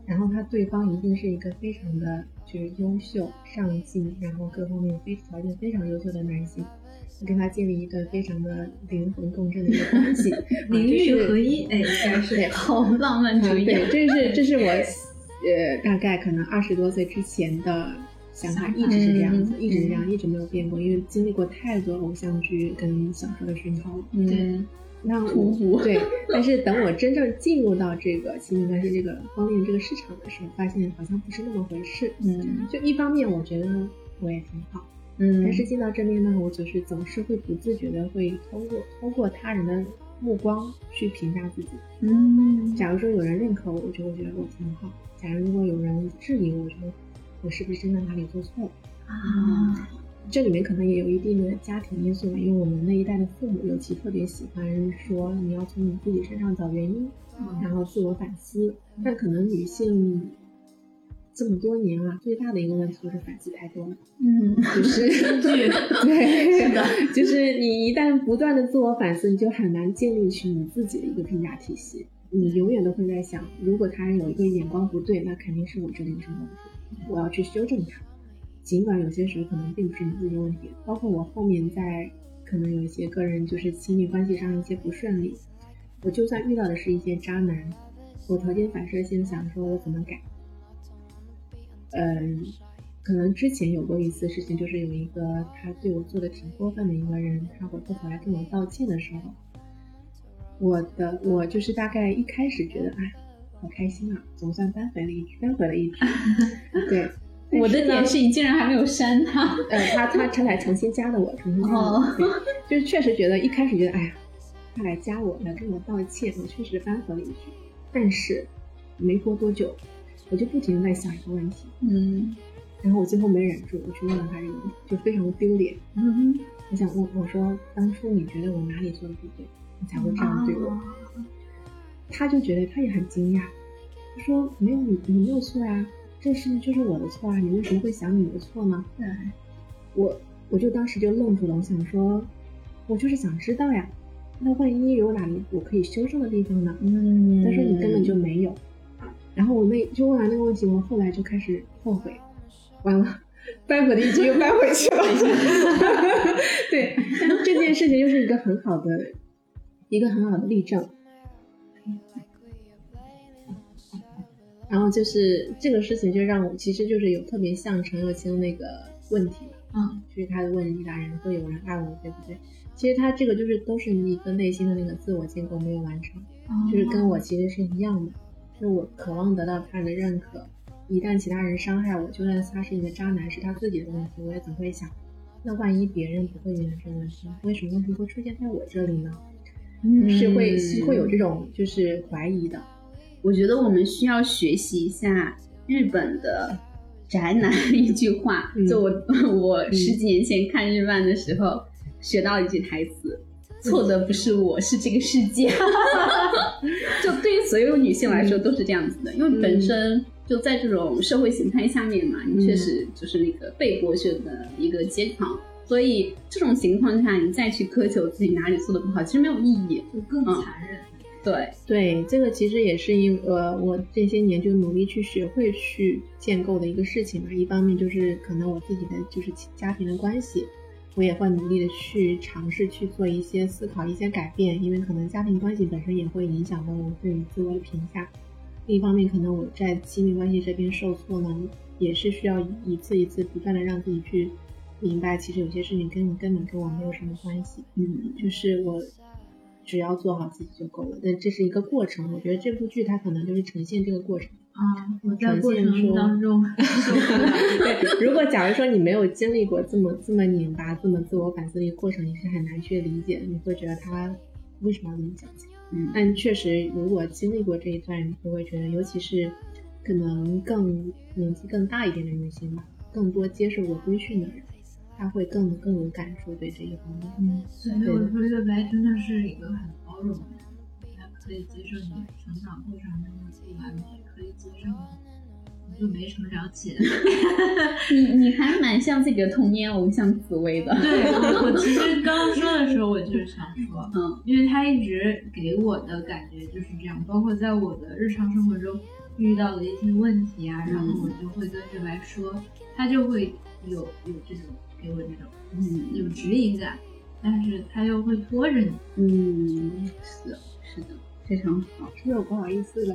然后他对方一定是一个非常的就是优秀上进，然后各方面非条件非常优秀的男性，跟他建立一段非常的灵魂共振的一个关系， 灵域合一，哎，应该是好浪漫主义、 嗯、对，这是这是我呃大概可能二十多岁之前的想法，一直是这样子、嗯、一直是这样，一直没有变过，因为经历过太多偶像剧跟小说的熏陶了。 嗯， 对，那我对，但是等我真正进入到这个亲密关系这个方面这个市场的时候，发现好像不是那么回事。 嗯， 就一方面我觉得我也挺好，嗯，但是进到这边呢，我就是总是会不自觉的会通过通过他人的目光去评价自己。 嗯， 假如说有人认可我，我就会觉得我挺好；假如如果有人质疑我，我觉得我是不是真的哪里做错了啊？ 这里面可能也有一定的家庭因素，因为我们那一代的父母尤其特别喜欢说你要从你自己身上找原因， 嗯、 然后自我反思。但可能女性这么多年啊，最大的一个问题就是反思太多了。 嗯， 就是对， 是的， 就是你一旦不断的自我反思，你就很难建立起你自己的一个评价体系。你永远都会在想，如果他人有一个眼光不对，那肯定是我这里有什么问题，我要去修正它。尽管有些时候可能并不是你自己的问题，包括我后面在可能有一些个人就是亲密关系上一些不顺利，我就算遇到的是一些渣男，我条件反射性想说我怎么改。嗯，可能之前有过一次事情，就是有一个他对我做的挺过分的一个人，他回过头来跟我道歉的时候，我的我就是大概一开始觉得哎好开心啊，总算扳回了一局扳回了一局对， 我的点是你竟然还没有删他， 呃，他他他来重新加的我，重新加的我，哦、对，就是确实觉得一开始觉得，哎呀，他来加我，来跟我道歉，我确实扳回了一局。但是没过多久，我就不停的在想一个问题， 嗯， 然后我最后没忍住，我去问了他这个问题，就非常的丢脸。 嗯， 我想问，我说当初你觉得我哪里做的不对，你才会这样对我？哦、他就觉得他也很惊讶，他说没有你你没有错呀。这是就是我的错啊，你为什么会想你的错呢？ 对， 我我就当时就愣住了，我想说，我就是想知道呀，那万一有哪里我可以修正的地方呢？ 嗯， 他说你根本就没有。然后我那就问完那个问题，我后来就开始后悔，完了，扳回的一局又扳回去了。对，但这件事情就是一个很好的一个很好的例证。然后就是这个事情就让我其实就是有特别像陈若清那个问题， 嗯， 就是他问一打人会有人爱我对不对？其实他这个就是都是一个内心的那个自我建构没有完成， 哦、 就是跟我其实是一样的，就是我渴望得到他人的认可，一旦其他人伤害我，就算他是一个渣男是他自己的问题，我也总会想，那万一别人不会遇到这个问题，为什么问题会出现在我这里呢？ 嗯， 是会是会有这种就是怀疑的。 我觉得我们需要学习一下日本的宅男的一句话， 嗯、 就我我十几年前看日漫的时候、嗯、学到一句台词，错的不是我，是这个世界。就对于所有女性来说都是这样子的，因为本身就在这种社会形态下面嘛，你确实就是那个被剥削的一个阶层，所以这种情况下你再去苛求自己哪里做的不好，其实没有意义， 就更残忍。嗯， 对对，这个其实也是因呃我这些年就努力去学会去建构的一个事情嘛。一方面就是可能我自己的就是家庭的关系，我也会努力的去尝试去做一些思考一些改变，因为可能家庭关系本身也会影响到我对于自我的评价。另一方面可能我在亲密关系这边受挫呢，也是需要一次一次不断的让自己去明白，其实有些事情跟根本跟我没有什么关系， 嗯， 就是我只要做好自己就够了，但这是一个过程。我觉得这部剧它可能就是呈现这个过程啊，我在过程当中对，如果假如说你没有经历过这么这么拧巴这么自我反思的一个过程，你是很难去理解的，你会觉得他为什么要这么讲。 嗯， 但确实如果经历过这一段，你就会觉得尤其是可能更年纪更大一点的女性吧，更多接受过规训的人，他会更更有感触对这一方面。 嗯，所以我说月白真的是一个很包容的人，他可以接受你成长过程中的不完美，可以接受你就没成长起来。 你你还蛮像这个童年偶像紫薇的。 对，我我其实刚刚说的时候我就是想说， 嗯， 因为他一直给我的感觉就是这样，包括在我的日常生活中， 遇到了一些问题啊，然后我就会跟着来说，他就会有有这种给我这种嗯有指引感，但是他又会拖着你。 嗯，是的，是的，非常好， 是有不好意思了。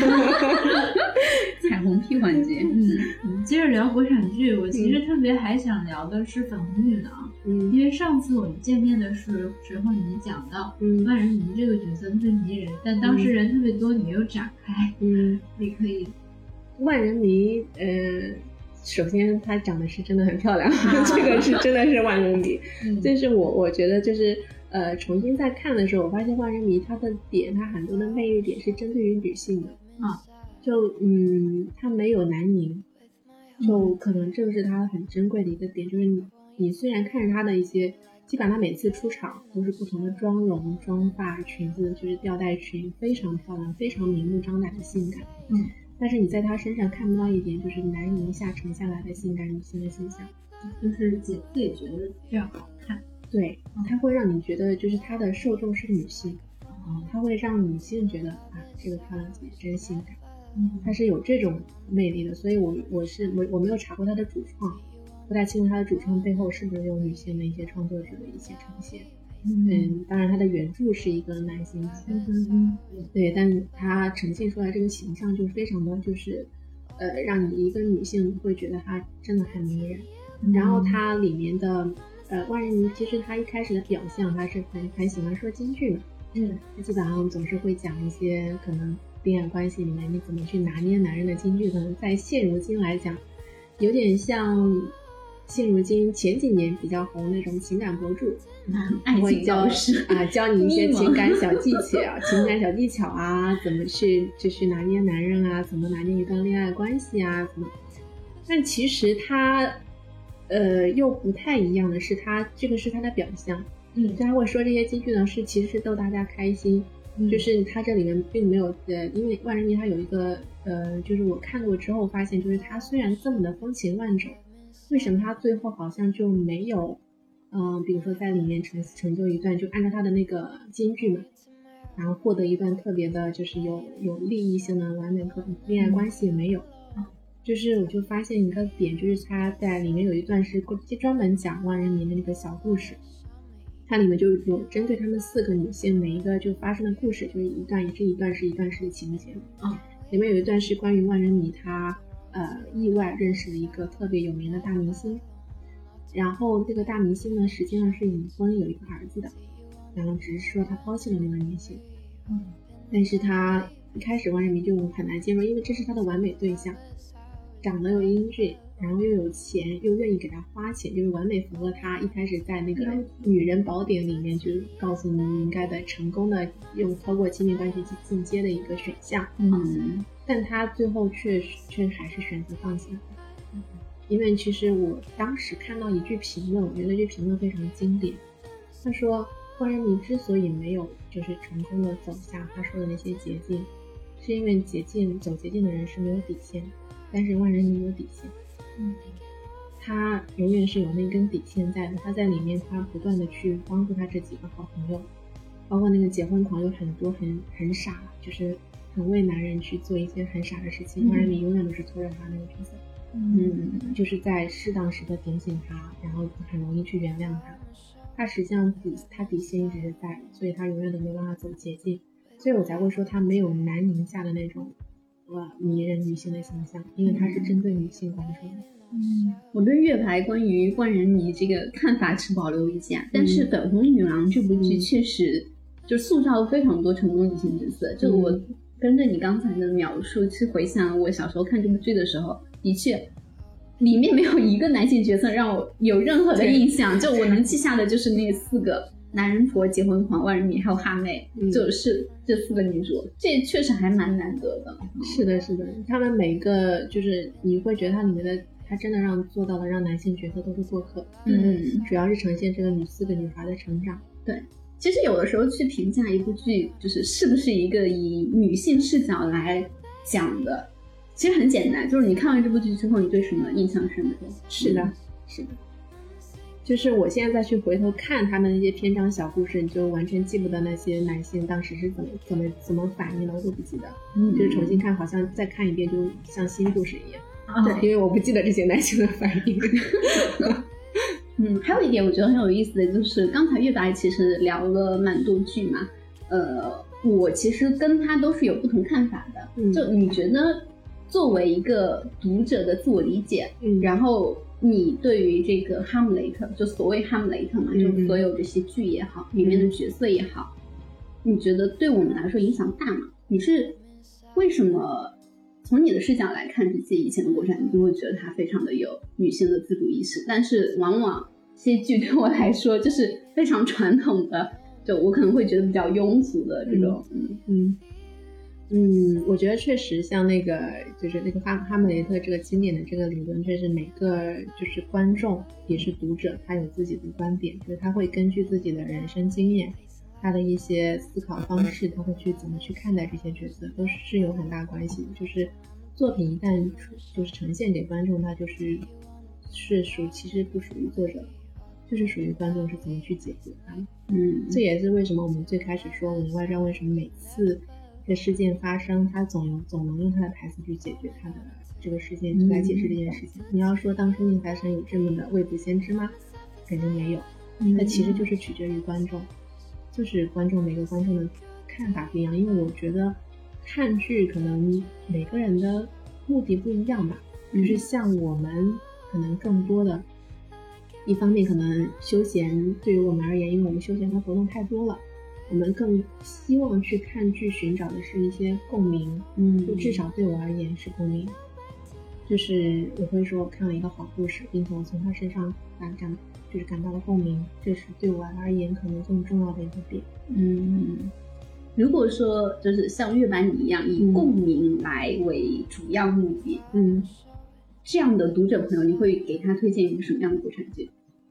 彩虹屁环节。 嗯，接着聊国产剧，我其实特别还想聊的是《粉红女郎》， 嗯， 因为上次我们见面的时时候，你讲到嗯万人迷这个角色特别迷人，但当事人特别多，你没有展开。 嗯， 你可以， 万人迷，呃，首先她长得是真的很漂亮， 啊、 这个是真的是万人迷。 嗯， 就是我我觉得就是呃，重新在看的时候，我发现万人迷它的点，它很多的魅力点是针对于女性的啊。 就嗯，它没有男凝，就可能这个是它很珍贵的一个点，就是你你虽然看着它的一些，基本上它每次出场都是不同的妆容、妆发、裙子，就是吊带裙，非常漂亮，非常明目张胆的性感。 嗯， 但是你在她身上看不到一点，就是男凝下沉下来的性感女性的形象， 就是姐自己觉得这样好看。 对，它会让你觉得就是它的受众是女性，嗯，它会让女性觉得啊，这个漂亮姐姐真性感。它是有这种魅力的，所以我我是我我没有查过它的主创，不太清楚它的主创背后是不是有女性的一些创作者的一些呈现。嗯, 嗯，当然它的原著是一个男性的，嗯，对，但它呈现出来这个形象就非常的就是呃，让你一个女性会觉得它真的很迷人。嗯、然后它里面的呃万人迷，其实它一开始的表象，它是很很喜欢说京剧嘛，嗯，它基本上总是会讲一些可能恋爱关系里面你怎么去拿捏男人的京剧，可能在现如今来讲有点像现如今前几年比较红那种情感博主， 嗯、爱情教师啊，教你一些情感小技巧情感小技巧啊，怎么去就是拿捏男人啊，怎么拿捏一段恋爱关系啊，怎么，但其实他呃又不太一样的是，他这个是他的表象，嗯，他会说这些京剧呢是其实是逗大家开心。就是他这里面并没有呃，因为万人迷他有一个呃，就是我看过之后发现，就是他虽然这么的风情万种，为什么他最后好像就没有嗯、呃，比如说在里面成成就一段就按照他的那个京剧嘛，然后获得一段特别的就是有有利益性的完美和恋爱关系也没有，就是我就发现一个点，就是他在里面有一段是专门讲万人迷的那个小故事，它里面就有针对他们四个女性每一个就发生的故事，就是一段也是一段是一段是的情节啊、嗯。里面有一段是关于万人迷他呃意外认识了一个特别有名的大明星，然后这个大明星呢实际上是已婚有一个儿子的，然后只是说他抛弃了那个女性，嗯，但是他一开始万人迷就很难接受，因为这是他的完美对象，长得又英俊，然后又有钱，又愿意给他花钱，就是完美符合他一开始在那个女人宝典里面就告诉你应该的成功的用透过亲密关系去进阶的一个选项。嗯，但他最后却却还是选择放弃了。嗯，因为其实我当时看到一句评论，我觉得这句评论非常经典。他说万人迷之所以没有就是成功的走下他说的那些捷径，是因为捷径走捷径的人是没有底线，但是万人迷有底线。嗯，他永远是有那根底线在的，他在里面他不断的去帮助他这几个好朋友，包括那个结婚狂有很多很很傻，就是很为男人去做一些很傻的事情，万人迷永远都是拖着他那个角色，嗯，就是在适当时的点醒他，然后很容易去原谅他，他实际上底他底线一直是在的，所以他永远都没办法走捷径，所以我才会说他没有男凝下的那种呃迷人女性的形象，因为他是针对女性观众的。 嗯，我对月牌关于万人迷这个看法持保留意见，嗯、但是《粉红女郎》这部剧确实就塑造了非常多成功女性角色。嗯、就我跟着你刚才的描述去回想我小时候看这部剧的时候，的确里面没有一个男性角色让我有任何的印象，就我能记下的就是那四个。男人婆、结婚狂、万人迷还有哈妹，嗯、就是这四个女主，这确实还蛮难得的。 是的，是的，他们每个就是你会觉得它里面的，他真的让做到了让男性角色都是过客。嗯，主要是呈现这个女四个女孩的成长。 对，其实有的时候去评价一部剧，就是是不是一个以女性视角来讲的，其实很简单，就是你看完这部剧之后，你对什么印象深刻？ 是的，是的。 就是我现在再去回头看他们那些篇章小故事，你就完全记不得那些男性当时是怎么怎么怎么反应的，我都不记得。嗯，就是重新看，好像再看一遍，就像新故事一样。对、哦，因为我不记得这些男性的反应。 嗯，还有一点我觉得很有意思的就是，刚才月白其实聊了蛮多剧嘛，呃，我其实跟他都是有不同看法的。嗯、就你觉得作为一个读者的自我理解，嗯，然后你对于这个哈姆雷特，就所谓哈姆雷特嘛，嗯、就所有这些剧也好，里面的角色也好，你觉得对我们来说影响大吗？你是为什么？从你的视角来看这些以前的国产剧，就会觉得它非常的有女性的自主意识，但是往往这些剧对我来说就是非常传统的，就我可能会觉得比较庸俗的这种。 嗯嗯嗯，我觉得确实像那个就是那个哈哈姆雷特这个经典的这个理论，确实每个就是观众也是读者，他有自己的观点，就是他会根据自己的人生经验，他的一些思考方式，他会去怎么去看待这些角色，都是有很大关系的。就是作品一旦就是呈现给观众，它就是是属其实不属于作者，就是属于观众是怎么去解读它。嗯，这也是为什么我们最开始说我们外传为什么每次一个事件发生，他总有总能用他的台词去解决他的这个事件，来解释这件事情。嗯、你要说当初宁财神有这么的未卜先知吗？肯定没有。那、嗯、其实就是取决于观众。就是观众每个观众的看法不一样，因为我觉得看剧可能每个人的目的不一样吧，就是像我们可能更多的一方面可能休闲对于我们而言，因为我们休闲的活动太多了，我们更希望去看剧寻找的是一些共鸣，嗯，就至少对我而言是共鸣，就是我会说我看了一个好故事，并且我从他身上感感就是感到了共鸣，这是对我而言可能更重要的一个点。 嗯，如果说就是像月白你一样以共鸣来为主要目的，嗯，这样的读者朋友，你会给他推荐一个什么样的国产剧？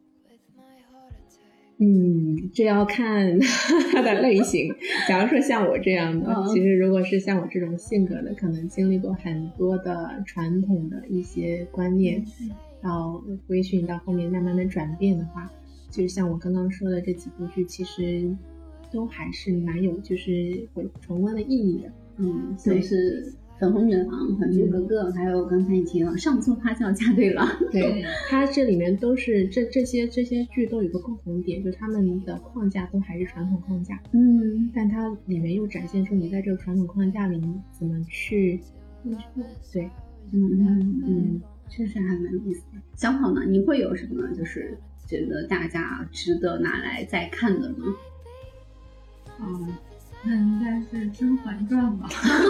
嗯，这要看他的类型。假如说像我这样的、哦、其实如果是像我这种性格的，可能经历过很多的传统的一些观念到规训到后面慢慢的转变的话，就像我刚刚说的这几部剧其实都还是蛮有就是回重温的意义的。 嗯，就是粉红女郎、还珠格格、嗯、还有刚才你提到上错花轿嫁对郎。 对，它这里面都是这这些这些剧都有个共同点，就是他们的框架都还是传统框架。嗯，但它里面又展现出你在这个传统框架里怎么去对， 嗯嗯嗯，确实还蛮有意思的。小跑呢，你会有什么就是觉得大家值得拿来再看的呢？ 嗯，那应该是《甄嬛传》吧。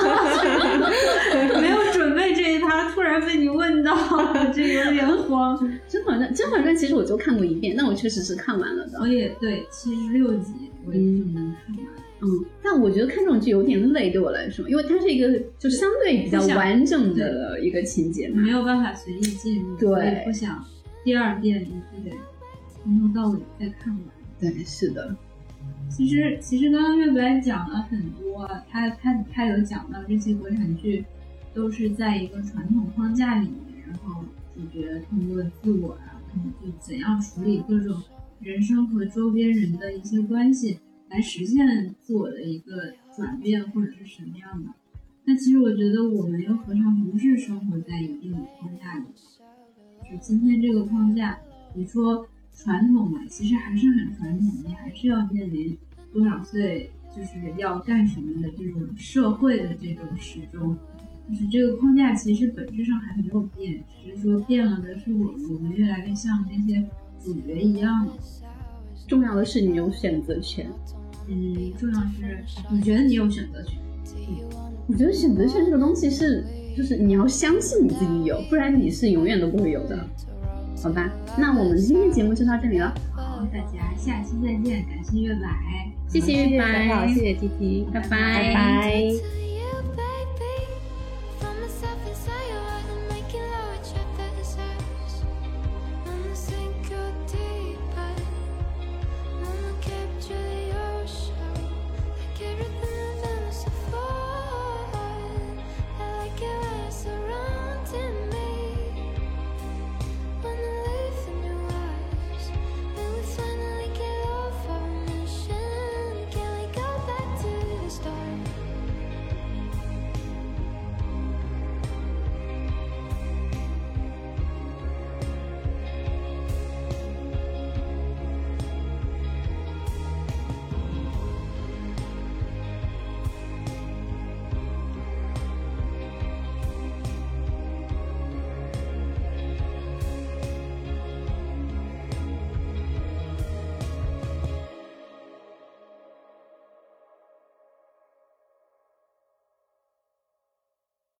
没有准备这一趴，突然被你问到，这有点慌。 《甄嬛传》《甄嬛传》其实我就看过一遍，但我确实是看完了的。 我也对，七十六集我也就能看完。 嗯，但我觉得看这种剧有点累，对我来说，因为它是一个就相对比较完整的一个情节嘛， 没有办法随意进入， 对， 不想第二遍你就得从头到尾再看完。 对，是的。 其实其实刚刚月白讲了很多，他他他有讲到这些国产剧都是在一个传统框架里面，然后主角通过自我啊，就怎样处理各种人生和周边人的一些关系，来实现自我的一个转变或者是什么样的。那其实我觉得我们又何尝不是生活在一定的框架里，就今天这个框架你说传统嘛，其实还是很传统，你还是要面临多少岁就是要干什么的这种社会的这种时钟，就是这个框架其实本质上还没有变，只是说变了的是我们，我们越来越像那些主角一样了。 重要的是你有选择权。 嗯，重要是你觉得你有选择权。 嗯，我觉得选择权这个东西是，就是你要相信你自己有，不然你是永远都不会有的。好吧，那我们今天节目就到这里了。 好，大家下期再见，感谢月白， 谢谢月白， 谢谢 T T， 拜拜， 拜拜。